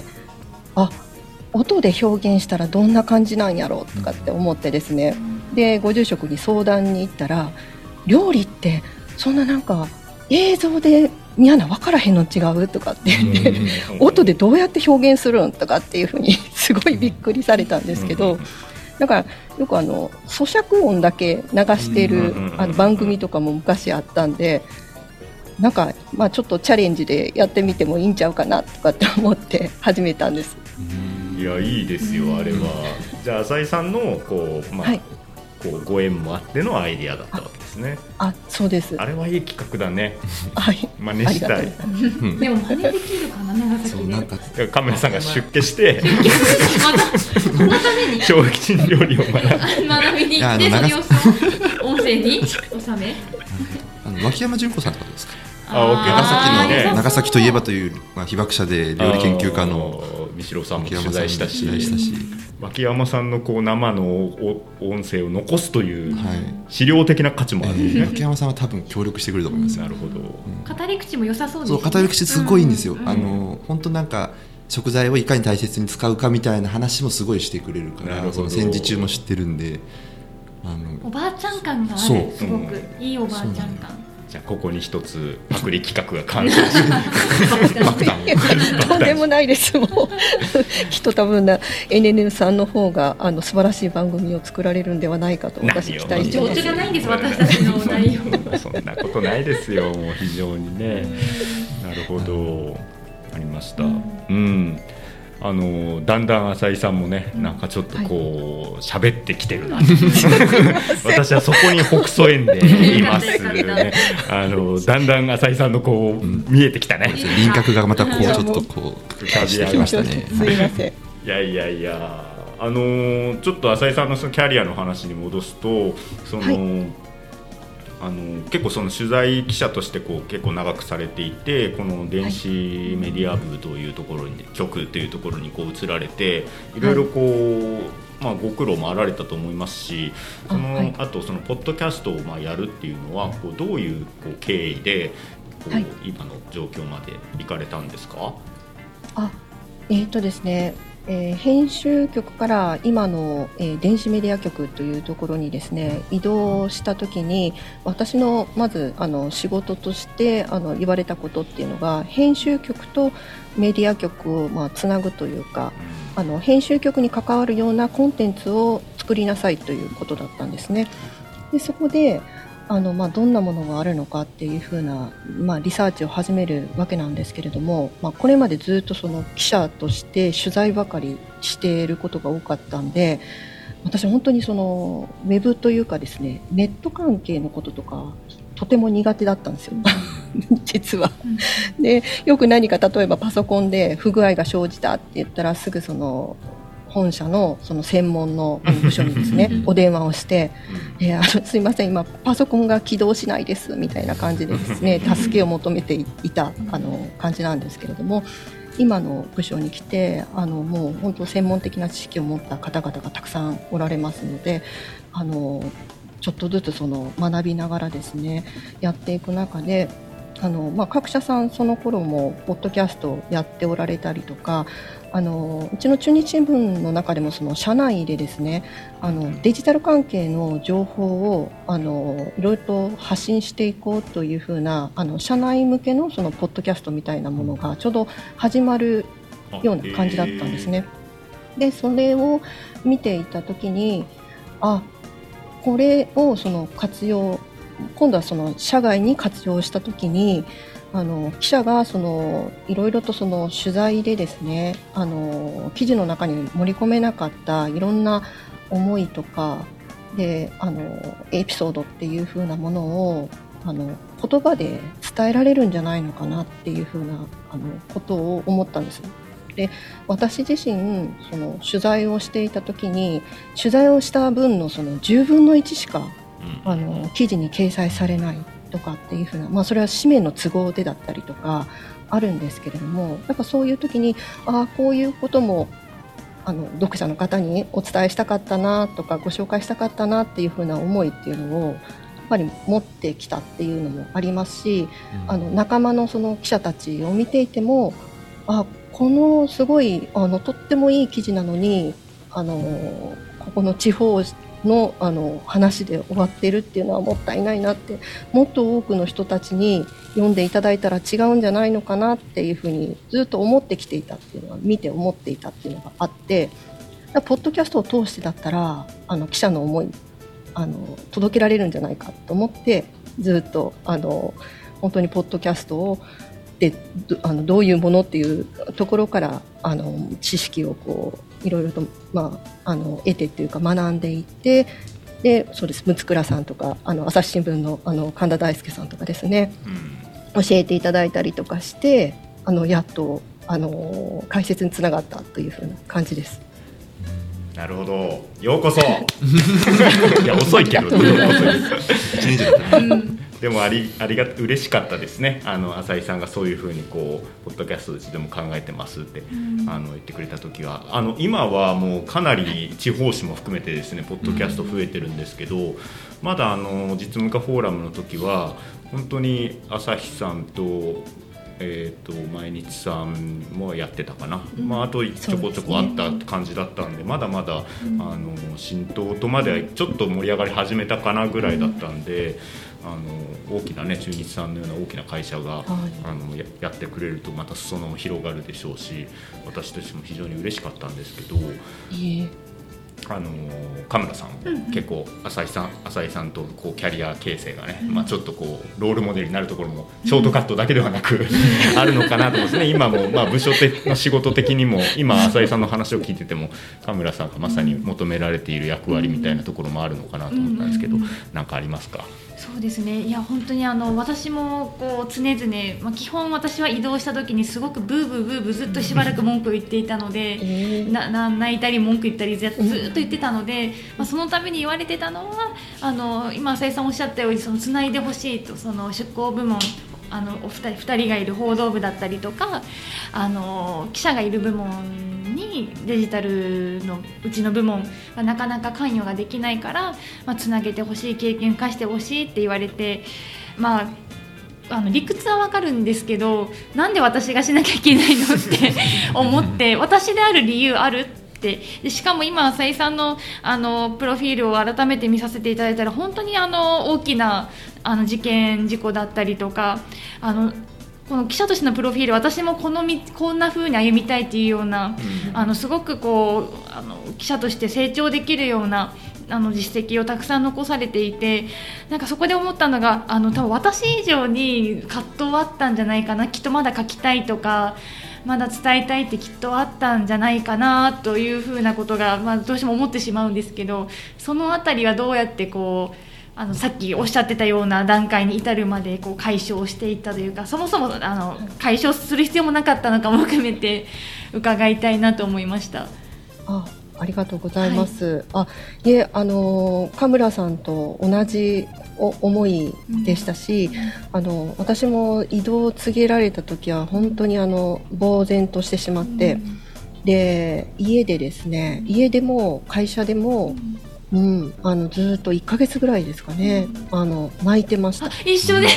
あ音で表現したらどんな感じなんやろうとかって思ってですね、でご住職に相談に行ったら、料理ってそんななんか映像で宮名分からへんの違うとかって言って、音でどうやって表現するんとかっていうふうにすごいびっくりされたんですけど、だからよくあの咀嚼音だけ流しているあの番組とかも昔あったんで、なんかまあちょっとチャレンジでやってみてもいいんちゃうかなとかって思って始めたんです。 いやいいですよあれは。じゃあ浅井さんのこう、まあはい、こうご縁もあってのアイディアだったわけですね。 あ、そうです。 あれはいい企画だね。 はい。 真似したい。 でも真似できるかな、長崎で。 カメラさんが出家してそのために精進料理を学び学びに行ってその様子を音声に収め。 あの脇山純子さんとかですか。 あ長崎の長崎といえばという、まあ、被爆者で料理研究家の三代さんも取材したし、 し脇山さんのこう生の音声を残すという資料的な価値もある、ねはい、脇山さんは多分協力してくれると思います。 なるほど、うん、語り口も良さそうですね。 そう語り口すごいいいんですよ、うん、あの本当なんか食材をいかに大切に使うかみたいな話もすごいしてくれるから、その戦時中も知ってるんで、あのおばあちゃん感がある。すごくいいおばあちゃん感。 じゃあここに一つパクリ企画が完成しとんでもないですもうきっと多分な エヌエヌエヌ さんの方があの素晴らしい番組を作られるんではないかと私期待してます。 情緒がないんです私たちの内容そんなことないですよ。もう非常にね。なるほど、ありました。うん、うんあのだんだん浅井さんもね、なんかちょっとこう喋、はい、ってきてるな私はそこにほくそ笑んでいますねあのだんだん浅井さんのこう、うん、見えてきたね。 輪郭がまたこうちょっとこう浮かび上げましたね。 すいません。 いやいやいや、あのちょっと浅井さんのそのキャリアの話に戻すと、その、はい、あの結構その取材記者としてこう結構長くされていて、この電子メディア部というところに、はい、局というところにこう移られて、いろいろこう、はいまあ、ご苦労もあられたと思いますし、その あ,、はい、あとそのポッドキャストをまあやるっていうのはこうどういうこう経緯でこう、はい、今の状況まで行かれたんですか？ あ、えーとですねえー、編集局から今の、えー、電子メディア局というところにですね移動したときに、私のまずあの仕事としてあの言われたことっていうのが、編集局とメディア局をまあつなぐというか、あの編集局に関わるようなコンテンツを作りなさいということだったんですね。でそこであの、まあ、どんなものがあるのかっていうふうな、まあ、リサーチを始めるわけなんですけれども、まあ、これまでずっとその記者として取材ばかりしていることが多かったんで、私本当にそのウェブというかですね、ネット関係のこととかとても苦手だったんですよ実は。でよく何か例えばパソコンで不具合が生じたって言ったらすぐその本社のその専門の部署にですねお電話をして「えー、あのすいません今パソコンが起動しないです」みたいな感じでですね助けを求めていたあの感じなんですけれども、今の部署に来てあのもう本当専門的な知識を持った方々がたくさんおられますので、あのちょっとずつその学びながらですねやっていく中で、あの、まあ、各社さんその頃もポッドキャストをやっておられたりとか、あのうちの中日新聞の中でもその社内でですねあのデジタル関係の情報をあのいろいろと発信していこうというふうなあの社内向けのそのポッドキャストみたいなものがちょうど始まるような感じだったんですね。でそれを見ていた時に、あこれをその活用今度はその社外に活用した時に、あの記者がそのいろいろとその取材でですねあの記事の中に盛り込めなかったいろんな思いとかであのエピソードっていう風なものをあの言葉で伝えられるんじゃないのかなっていう風なあのことを思ったんです。で私自身その取材をしていた時に取材をした分のそのじゅうぶんのいちしかあの記事に掲載されないとかっていうふうな、まあ、それは紙面の都合でだったりとかあるんですけれども、やっぱそういう時にああこういうこともあの読者の方にお伝えしたかったなとかご紹介したかったなっていうふうな思いっていうのをやっぱり持ってきたっていうのもありますし、うん、あの仲間のその記者たちを見ていてもあこのすごいあのとってもいい記事なのにあのここの地方の, あの話で終わっているっていうのはもったいないなって、もっと多くの人たちに読んでいただいたら違うんじゃないのかなっていうふうにずっと思ってきていたっていうのは見て思っていたっていうのがあって、ポッドキャストを通してだったらあの記者の思いあの届けられるんじゃないかと思ってずっとあの本当にポッドキャストをで ど, あのどういうものっていうところからあの知識をこういろいろと、まあ、あの得てというか学んでいって、でそうです六倉さんとかあの朝日新聞 の, あの神田大輔さんとかですね、うん、教えていただいたりとかしてあのやっとあの解説につながったというふうな感じです。 なるほど、ようこそいや遅いけど遅いですでもありありが嬉しかったですね。あの浅井さんがそういうふうにこうポッドキャストででも考えてますって、うん、あの言ってくれた時はあの今はもうかなり地方紙も含めてですねポッドキャスト増えてるんですけど、うん、まだあの実務家フォーラムの時は本当に朝日さんとえー、と毎日さんもやってたかな、うんまあ、あとちょこちょこあった感じだったんで、まだまだ、うん、あの浸透とまではちょっと盛り上がり始めたかなぐらいだったんで、うん、あの大きなね中日さんのような大きな会社が、はい、あの や, やってくれるとまた裾野も広がるでしょうし、私たちも非常に嬉しかったんですけど、いいあの神村さん、うんうん、結構浅井さん、浅井さんとこうキャリア形成がね、うんまあ、ちょっとこうロールモデルになるところもショートカットだけではなく、うん、あるのかなと思うんですね。今も、まあ、部署の仕事的にも今浅井さんの話を聞いてても神村さんがまさに求められている役割みたいなところもあるのかなと思ったんですけど、何かありますか？ そうですね、いや本当にあの私もこう常々、まあ、基本私は移動した時にすごくブーブーブーブーずっとしばらく文句を言っていたので、えー、なな泣いたり文句言ったりずっと言ってたので、まあ、そのために言われてたのはあの今浅井さんおっしゃったようにそのつないでほしいと、その出向部門あのお二人、二人がいる報道部だったりとかあの記者がいる部門にデジタルのうちの部門がなかなか関与ができないから、まあ、つなげてほしい、経験化してほしいって言われて、まああの理屈はわかるんですけど、なんで私がしなきゃいけないのって思って私である理由あるってで、しかも今浅井さん の, あのプロフィールを改めて見させていただいたら本当にあの大きなあの事件事故だったりとか、あのこの記者としてのプロフィール、私もこのみこんな風に歩みたいっていうような、うん、あのすごくこうあの記者として成長できるようなあの実績をたくさん残されていて、なんかそこで思ったのがあの多分私以上に葛藤はあったんじゃないかな、きっとまだ書きたいとかまだ伝えたいってきっとあったんじゃないかなというふうなことが、まあ、どうしても思ってしまうんですけど、そのあたりはどうやってこうあのさっきおっしゃってたような段階に至るまでこう解消していったというか、そもそもあの解消する必要もなかったのかも含めて伺いたいなと思いました。 あありがとうございます。はい、あいえあの神村さんと同じ思いでしたし、うん、あの私も異動を告げられた時は本当にあの呆然としてしまって、うん、で家でですね家でも会社でも、うんうん、あのずっといっかげつぐらいですかね、うん、あの泣いてました。 一緒で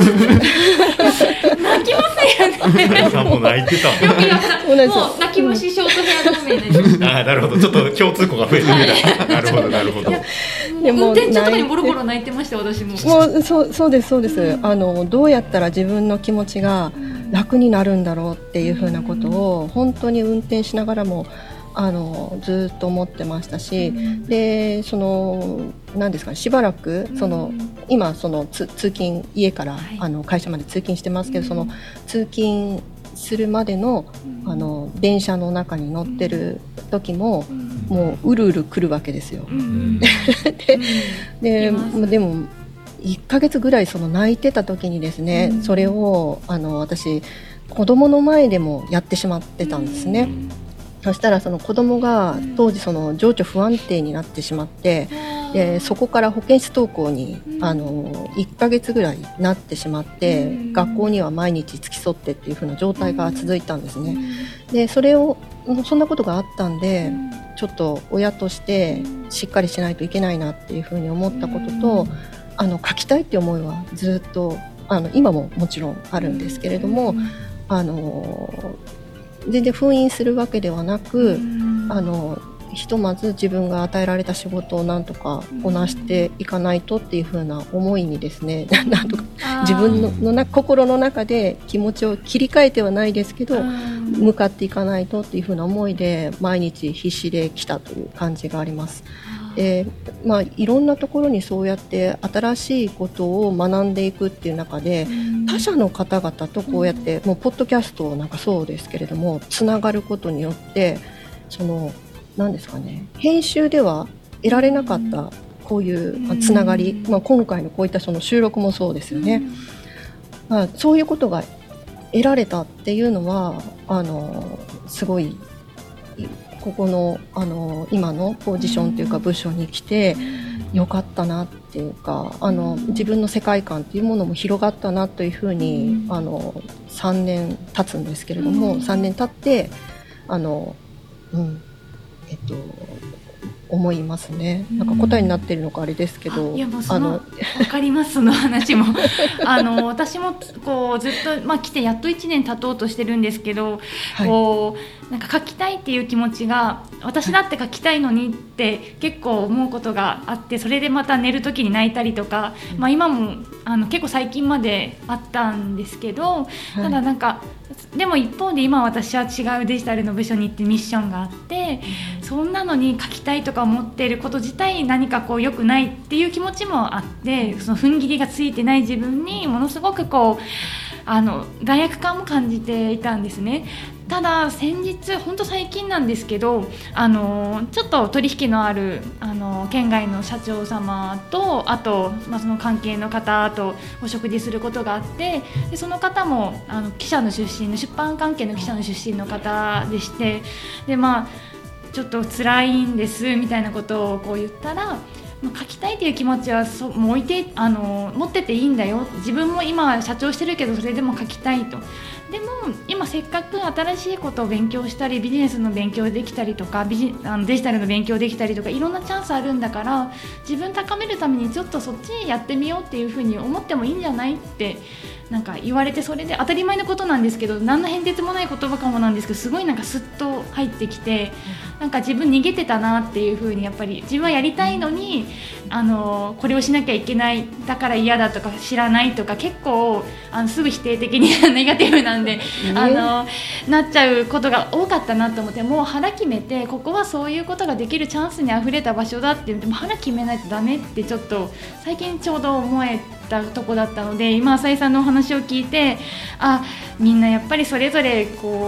泣きますよね。 さんも泣いてたもん。もう泣き虫ショートヘア同盟になりました。 あなるほど、ちょっと共通項が増えてきた。なるほどなるほど。 でも運転中とかにボロボロ泣いてました私も。 もうそうそうですそうです、うん、あのどうやったら自分の気持ちが楽になるんだろうっていうふうなことを本当に運転しながらもあのずっと思ってましたし、うん、でその何ですかね、しばらくその、うん、今その通勤家から、はい、あの会社まで通勤してますけど、うん、その通勤するまでの、うん、あの電車の中に乗ってる時も、うん、もううるうる来るわけですよ、うん、で, で, でもいっかげつぐらいその泣いてた時にですね、うん、それをあの私子供の前でもやってしまってたんですね、うん、そしたらその子供が当時その情緒不安定になってしまって、うん、でそこから保健室登校に、うん、あのいっかげつぐらいなってしまって、うん、学校には毎日付き添ってっていう風な状態が続いたんですね、うん、でそれをそんなことがあったんで、うん、ちょっと親としてしっかりしないといけないなっていう風に思ったことと、うん、あの書きたいって思いはずっとあの今ももちろんあるんですけれども、うん、あの全然封印するわけではなく、うん、あのひとまず自分が与えられた仕事をなんとかこなしていかないとっていう風な思いにですね、うん、なんとか自分 の, のな心の中で気持ちを切り替えてはないですけど、うん、向かっていかないとっていう風な思いで毎日必死で来たという感じがあります。でまあ、いろんなところにそうやって新しいことを学んでいくっていう中で、うん、他者の方々とこうやって、うん、もうポッドキャストなんかそうですけれどもつながることによってその何ですかね、編集では得られなかったこういうつながり、うんまあ、今回のこういったその収録もそうですよね、うんまあ、そういうことが得られたっていうのはあのすごいここ の, あの今のポジションというか部署に来てよかったなっていうかあの自分の世界観というものも広がったなというふうにあのさんねん経つんですけれどもさんねん経ってあの、うんえっと、思いますね。なんか答えになっているのかあれですけど、 いやもうその分かりますその話もあの私もこうずっと、まあ、来てやっといちねん経とうとしてるんですけど、はい、こうなんか書きたいっていう気持ちが私だって書きたいのにって結構思うことがあって、それでまた寝る時に泣いたりとか、まあ、今もあの結構最近まであったんですけど、ただなんかでも一方で今私は違うデジタルの部署に行ってミッションがあって、うん、そんなのに書きたいとか思っていること自体何かこう良くないっていう気持ちもあって、その踏ん切りがついてない自分にものすごくこうあの罪悪感も感じていたんですね。ただ先日本当最近なんですけどあのちょっと取引のあるあの県外の社長様とあと、まあ、その関係の方とお食事することがあって、でその方もあの記者の出身の出版関係の記者の出身の方でして、でまあちょっと辛いんですみたいなことをこう言ったら、書きたいという気持ちはそもう置いてあの持ってていいんだよ、自分も今社長してるけどそれでも書きたいと。でも今せっかく新しいことを勉強したりビジネスの勉強できたりとかビジあのデジタルの勉強できたりとかいろんなチャンスあるんだから、自分高めるためにちょっとそっちやってみようっていうふうに思ってもいいんじゃないってなんか言われて、それで当たり前のことなんですけど何の変哲もない言葉かもなんですけどすごいなんかスッと入ってきて、なんか自分逃げてたなっていう風にやっぱり自分はやりたいのにあのこれをしなきゃいけないだから嫌だとか知らないとか結構あのすぐ否定的にネガティブなんで、えー、あのなっちゃうことが多かったなと思って、もう腹決めてここはそういうことができるチャンスにあふれた場所だって言っても腹決めないとダメってちょっと最近ちょうど思えたとこだったので、今浅井さんのお話を聞いてあみんなやっぱりそれぞれこう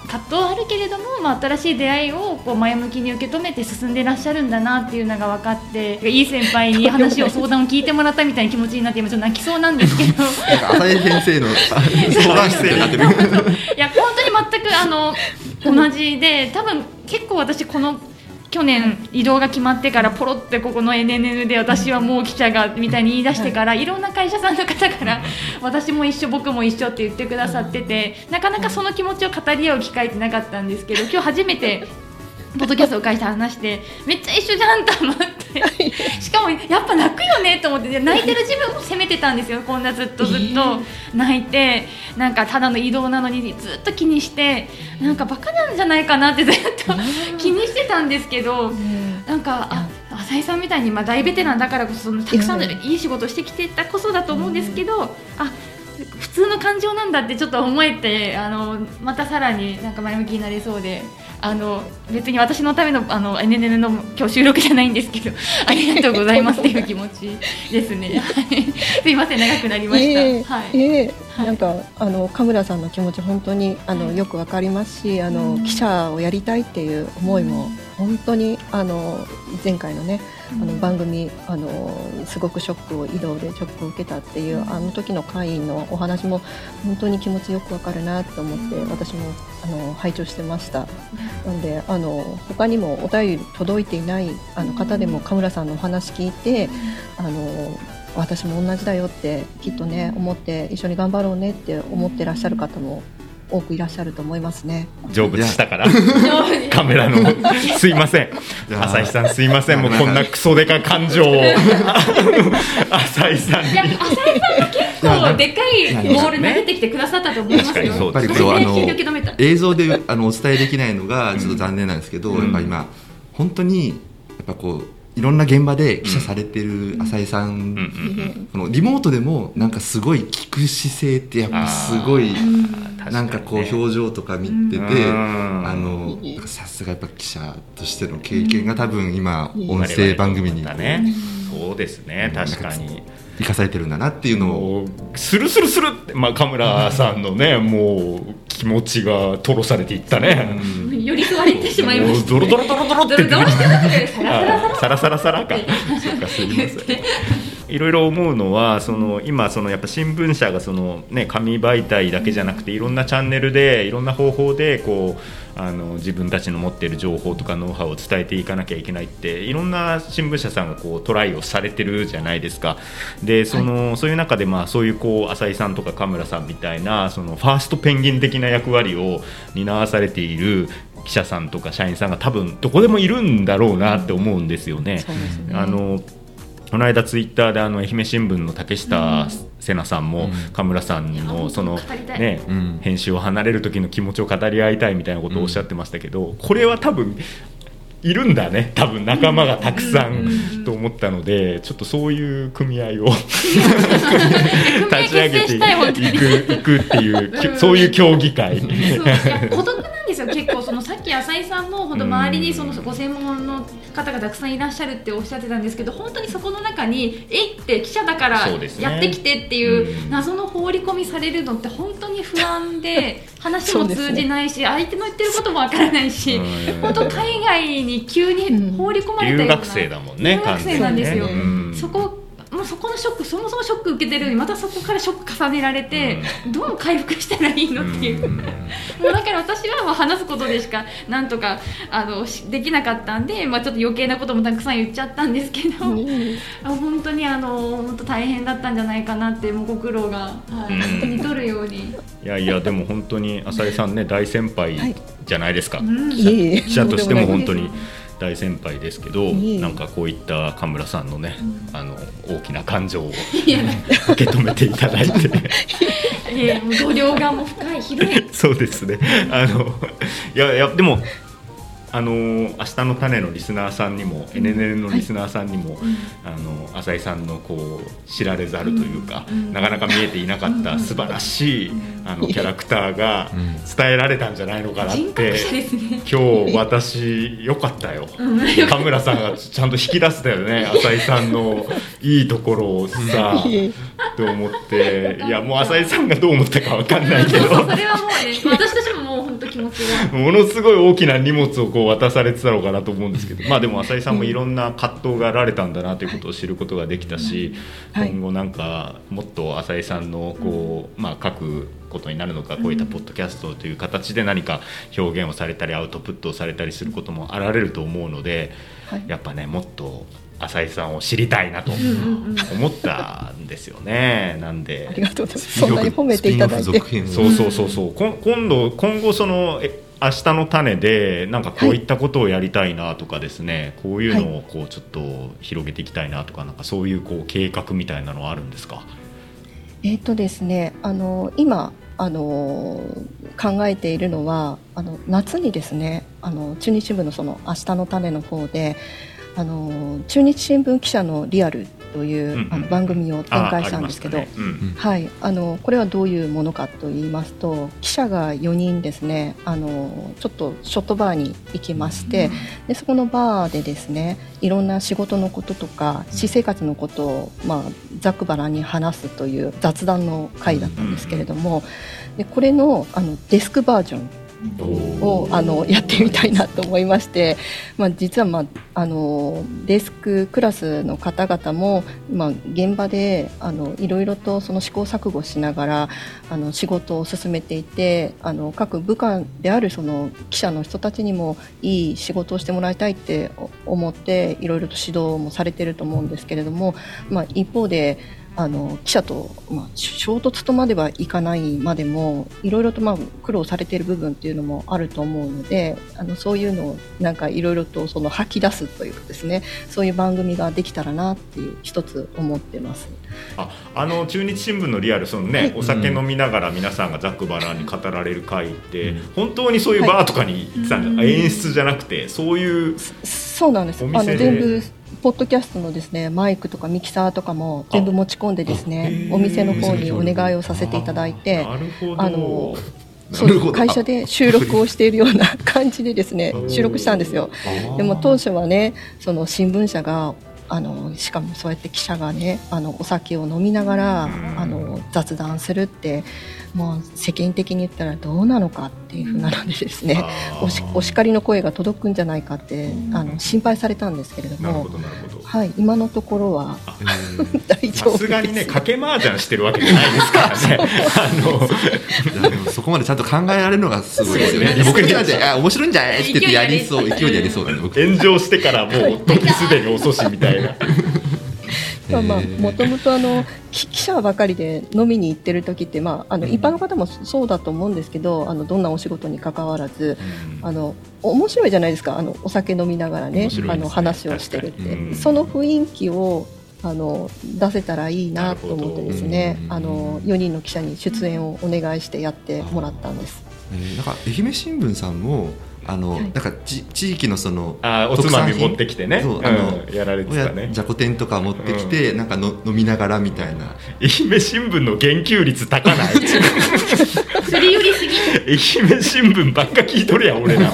葛藤はあるけれども、まあ、新しい出会いをこう前向きに受け止めて進んでらっしゃるんだなっていうのが分かって、いい先輩に話を相談を聞いてもらったみたいな気持ちになって今ちょっと泣きそうなんですけどなんか浅井先生の相談室になってるいや本当に全くあの同じで、多分結構私この去年移動が決まってからポロってここの エヌエヌエヌ で私はもう記者がみたいに言い出してから、いろんな会社さんの方から私も一緒僕も一緒って言ってくださってて、なかなかその気持ちを語り合う機会ってなかったんですけど、今日初めてポッドキャストを介して話してめっちゃ一緒じゃんと思ってしかもやっぱ泣くよねと思って、泣いてる自分も責めてたんですよ。こんなずっとずっと泣いて、なんかただの移動なのにずっと気にして、なんかバカなんじゃないかなってずっと気にしてたんですけど、なんかあ浅井さんみたいにまあ大ベテランだからこそたくさんのいい仕事をしてきてたこそだと思うんですけど、あ普通の感情なんだってちょっと思えて、あのまたさらになんか前向きになれそうで、あの別に私のためのあの エヌエヌエヌ の今日収録じゃないんですけどありがとうございますっていう気持ちですねすいません長くなりました、 えーはいえー、なんかあの神村さんの気持ち本当にあのよくわかりますし、あの記者をやりたいっていう思いも本当にあの前回のねあの番組あのすごくショックを移動でショックを受けたっていうあの時の会員のお話も本当に気持ちよくわかるなと思って私もあの拝聴してました。なのであの他にもお便り届いていないあの方でも神村さんのお話聞いて、あの私も同じだよってきっとね思って一緒に頑張ろうねって思ってらっしゃる方も多くいらっしゃると思いますね。 成仏したからカメラのすいません浅井さんすいません、もうこんなクソデカ感情を浅井さんにいや浅井さんも結構でかいボール投げてきてくださったと思いますよ。 確かにそうですね。 それで聞いて受け止めた。 映像であのお伝えできないのがちょっと残念なんですけど、うん、やっぱ今本当にやっぱこういろんな現場で記者されてる浅井さん、うん、このリモートでもなんかすごい聞く姿勢ってやっぱすごいなんかこう表情とか見てて、あのさすがやっぱ記者としての経験が多分今音声番組にね、そうですね、確かに生かされてるんだなっていうのをスルスルスルって、まあ、カムラさんのねもう気持ちが吐露されていったね、 うん、寄り添われてしまいました、ね、 ドロドロドロドロってドロドロしてなくてサラサラサラかそうかすいませんいろいろ思うのはその今そのやっぱ新聞社がその、ね、紙媒体だけじゃなくていろんなチャンネルでいろんな方法でこうあの自分たちの持っている情報とかノウハウを伝えていかなきゃいけないっていろんな新聞社さんがこうトライをされてるじゃないですか。でその、はい、そういう中でまあそういうこう浅井さんとか神村さんみたいなそのファーストペンギン的な役割を担わされている記者さんとか社員さんが多分どこでもいるんだろうなって思うんですよね。そうですね。あのこの間ツイッターであの愛媛新聞の竹下瀬名さんも神村さんのそのね編集を離れる時の気持ちを語り合いたいみたいなことをおっしゃってましたけど、これは多分いるんだね、多分仲間がたくさんと思ったので、ちょっとそういう組合を立ち上げていく、いくっていうそういう協議会。そう孤独なんですよ結構。そのさっき浅井さんも本当周りにそのご専門の方がたくさんいらっしゃるっておっしゃってたんですけど、本当にそこの中にえいって記者だからやってきてっていう謎の放り込みされるのって本当に不安で話も通じないし、相手の言ってることもわからないし、本当海外に急に放り込まれたような、 留学生だもんね、 留学生なんですよ、 うん、 そこもうそこのショック、そもそもショック受けてるのにまたそこからショック重ねられて、うん、どう回復したらいいのっていう、うん、もうだから私はまあ話すことでしかなんとかあのできなかったんで、まあ、ちょっと余計なこともたくさん言っちゃったんですけど、うん、本当にあの本当大変だったんじゃないかなって、もうご苦労が、はい、本当に取るように。いやいやでも本当に浅井さんね大先輩じゃないですか、はい、 うん、 記者としても本当に大先輩ですけど、なんかこういった神村さんのね、うん、あの大きな感情を受け止めていただいていやもう度量がもう深い広いそうですね。あのいやいやでもあの明日の種のリスナーさんにも、うん、エヌエヌエヌ のリスナーさんにも、はい、あの浅井さんのこう知られざるというか、うん、なかなか見えていなかった素晴らしい、うん、あのキャラクターが伝えられたんじゃないのかなって、うん、ね、今日私良かったよ、うん、神村さんがちゃんと引き出したよね浅井さんのいいところをさと思って、いやもう浅井さんがどう思ったか分かんないけどそれはもうね私たちももう本当気持ちがものすごい大きな荷物をこう渡されてたのかなと思うんですけど、まあでも浅井さんもいろんな葛藤があられたんだなということを知ることができたし、 はい、 今後なんかもっと浅井さんのこう、まあ、書くことになるのか、こういったポッドキャストという形で何か表現をされたりアウトプットをされたりすることもあられると思うので、はい、やっぱねもっと浅井さんを知りたいなと思ったんですよね。なんでありがとうございます。そんなに褒めていただいて、 そうそうそうそう、今度今後そのえ明日の種でなんかこういったことをやりたいなとかですね、はい、こういうのをこうちょっと広げていきたいなとか、なんかそういうこう計画みたいなのはあるんですか？ えーとですね、あの今あの考えているのは、あの夏にですね、あの中日新聞のその明日の種の方で、あの中日新聞記者のリアルという、うんうん、あの番組を展開したんですけど、ねうんうん、はい、あのこれはどういうものかと言いますと、記者がよにんですね、あのちょっとショットバーに行きまして、うん、でそこのバーでですね、いろんな仕事のこととか私生活のことを、まあ、ざっくばらんに話すという雑談の会だったんですけれども、でこれ の, あのデスクバージョンをあのやってみたいなと思いまして、まあ、実は、まあ、あのデスククラスの方々も、まあ、現場であのいろいろとその試行錯誤しながらあの仕事を進めていて、あの各部下であるその記者の人たちにもいい仕事をしてもらいたいって思っていろいろと指導もされていると思うんですけれども、まあ、一方であの記者と、まあ、衝突とまではいかないまでもいろいろと、まあ、苦労されている部分っていうのもあると思うので、あのそういうのをなんかいろいろとその吐き出すというかですね、そういう番組ができたらなっていう一つ思ってます。 あ, あの中日新聞のリアル、その、ね、はい、お酒飲みながら皆さんがざっくばらんに語られる会って、うん、本当にそういうバーとかに行ってたんですか？はい、演出じゃなくてそういうそうなんです。あの全部ポッドキャストのですね、マイクとかミキサーとかも全部持ち込んでですね、お店の方にお願いをさせていただいて、あのそう会社で収録をしているような感じでですね収録したんですよ。でも当初はね、その新聞社があのしかもそうやって記者がね、あのお酒を飲みながらあの雑談するってもう世間的に言ったらどうなのかっていう風なのでですね、お, しお叱りの声が届くんじゃないかってあの心配されたんですけれども、なるほどなるほど、はい、今のところは大丈夫です。 さすがにね、賭け麻雀してるわけじゃないですからねあのでもそこまでちゃんと考えられるのがすごいですよね。僕になんてあ面白いんじゃないって言ってやりそう、勢いでやりそうなんで僕炎上してからもう時すでに遅しみたいなまあまあ、もともとあの記者ばかりで飲みに行ってる時って、まあ、あの一般の方もそうだと思うんですけど、あのどんなお仕事に関わらず、うん、あの面白いじゃないですか、あのお酒飲みながら ね, ねあの話をしてるって、うん、その雰囲気をあの出せたらいいなと思ってですね、あのよにんの記者に出演をお願いしてやってもらったんです。 えー、なんか愛媛新聞さんもあの、はい、なんか地域のそのあおつまみ持ってきてね、そうあの、うん、やられてたね、 じゃこ天とか持ってきて、うん、なんかの飲みながらみたいな。 愛媛新聞の言及率高ないそれよりすぎ愛媛新聞ばっか聞いとるやん俺ら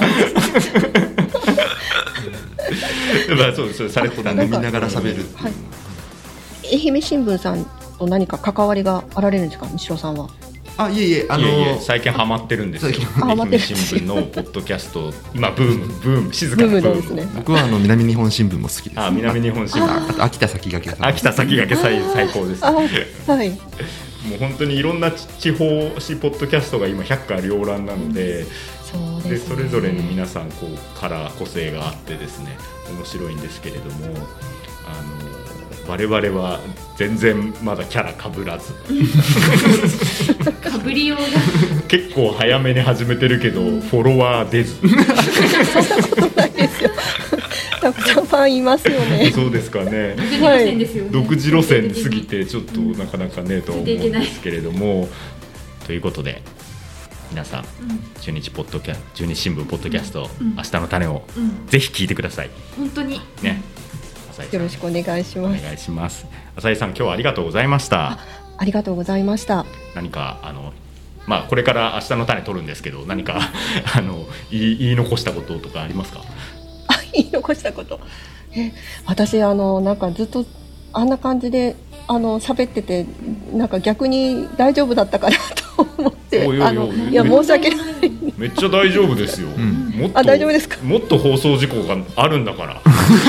そうそうされてた飲みながら喋るっていう、はい、 愛媛新聞さんと何か関わりがあられるんですか、西尾さんは。 あいえいえ、あのー、 いえいえ最近ハマってるんですよ。愛媛新聞のポッドキャスト今ブームブーム静かなブームですね。 僕はあの南日本新聞も好きです。 あ南日本新聞、 あと秋田先駆け、 秋田先駆け最最高です、ね。 はい。 もう本当にいろんな地方紙ポッドキャストが今百花繚乱なので、 そうですね、 でそれぞれに皆さんこうカラー個性があってですね面白いんですけれども、あの我々は全然まだキャラかぶらずかぶりようが結構早めに始めてるけど、うん、フォロワー出ずそんなことないですよたくさんファンいますよね。 そうですかね、 はい、 独自路線すぎてちょっとなかなかねと思うんですけれども、ということで皆さん、うん、中日ポッドキャ中日新聞ポッドキャスト、うん、明日の種を、うん、ぜひ聞いてください。 本当にね、 よろしくお願いします。 お願いします。浅井さん、今日はありがとうございました。 あ、ありがとうございました。 何かあの、まあ、これから明日の種取るんですけど、何かあの言い、言い残したこととかありますか？ あ、言い残したこと、え私あのなんかずっとあんな感じであの喋っててなんか逆に大丈夫だったかなと思っておいおいおいあのいや申し訳ないめっちゃ大丈夫ですよ、うん、もっとあ大丈夫ですかもっと放送事故があるんだから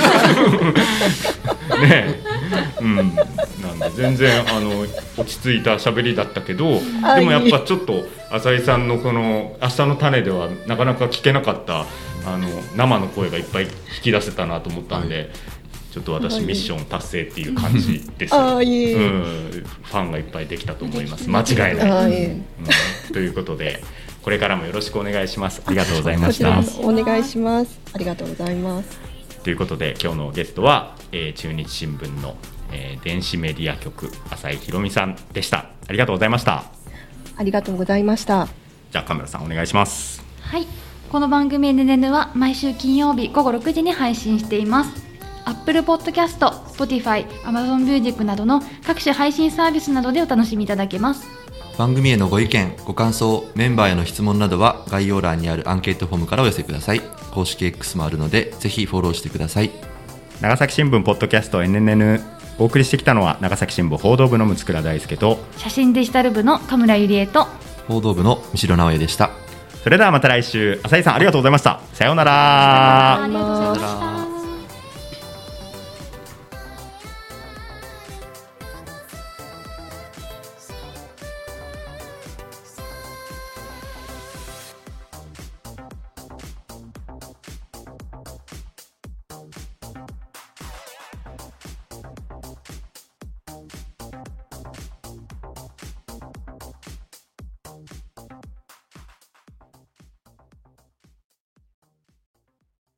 ねえ、うん、なんで全然あの落ち着いた喋りだったけどでもやっぱちょっと浅井さんのこの明日の種ではなかなか聞けなかったあの生の声がいっぱい引き出せたなと思ったんで、はい、ちょっと私ミッション達成っていう感じです、 あいい、 うん、ファンがいっぱいできたと思います間違いない、 あいい、 うん、ということでこれからもよろしくお願いします。ありがとうございました。 お願いします。ありがとうございます。 ということで今日のゲストは、えー、中日新聞の、えー、電子メディア局浅井宏美さんでした。ありがとうございました。 ありがとうございました。 じゃあカメラさんお願いします。 はい、この番組 エヌエヌエヌ は毎週金曜日午後ろくじに配信しています。Apple Podcast、Spotify、Amazon Music などの各種配信サービスなどでお楽しみいただけます。 番組へのご意見、ご感想、メンバーへの質問などは概要欄にあるアンケートフォームからお寄せください。公式 X もあるのでぜひフォローしてください。 長崎新聞ポッドキャスト エヌエヌエヌ お送りしてきたのは長崎新聞報道部の六倉大輔と写真デジタル部の神村ゆりえと報道部の三代直江でした。 それではまた来週。浅井さんありがとうございました。さようなら。 ありがとうございました。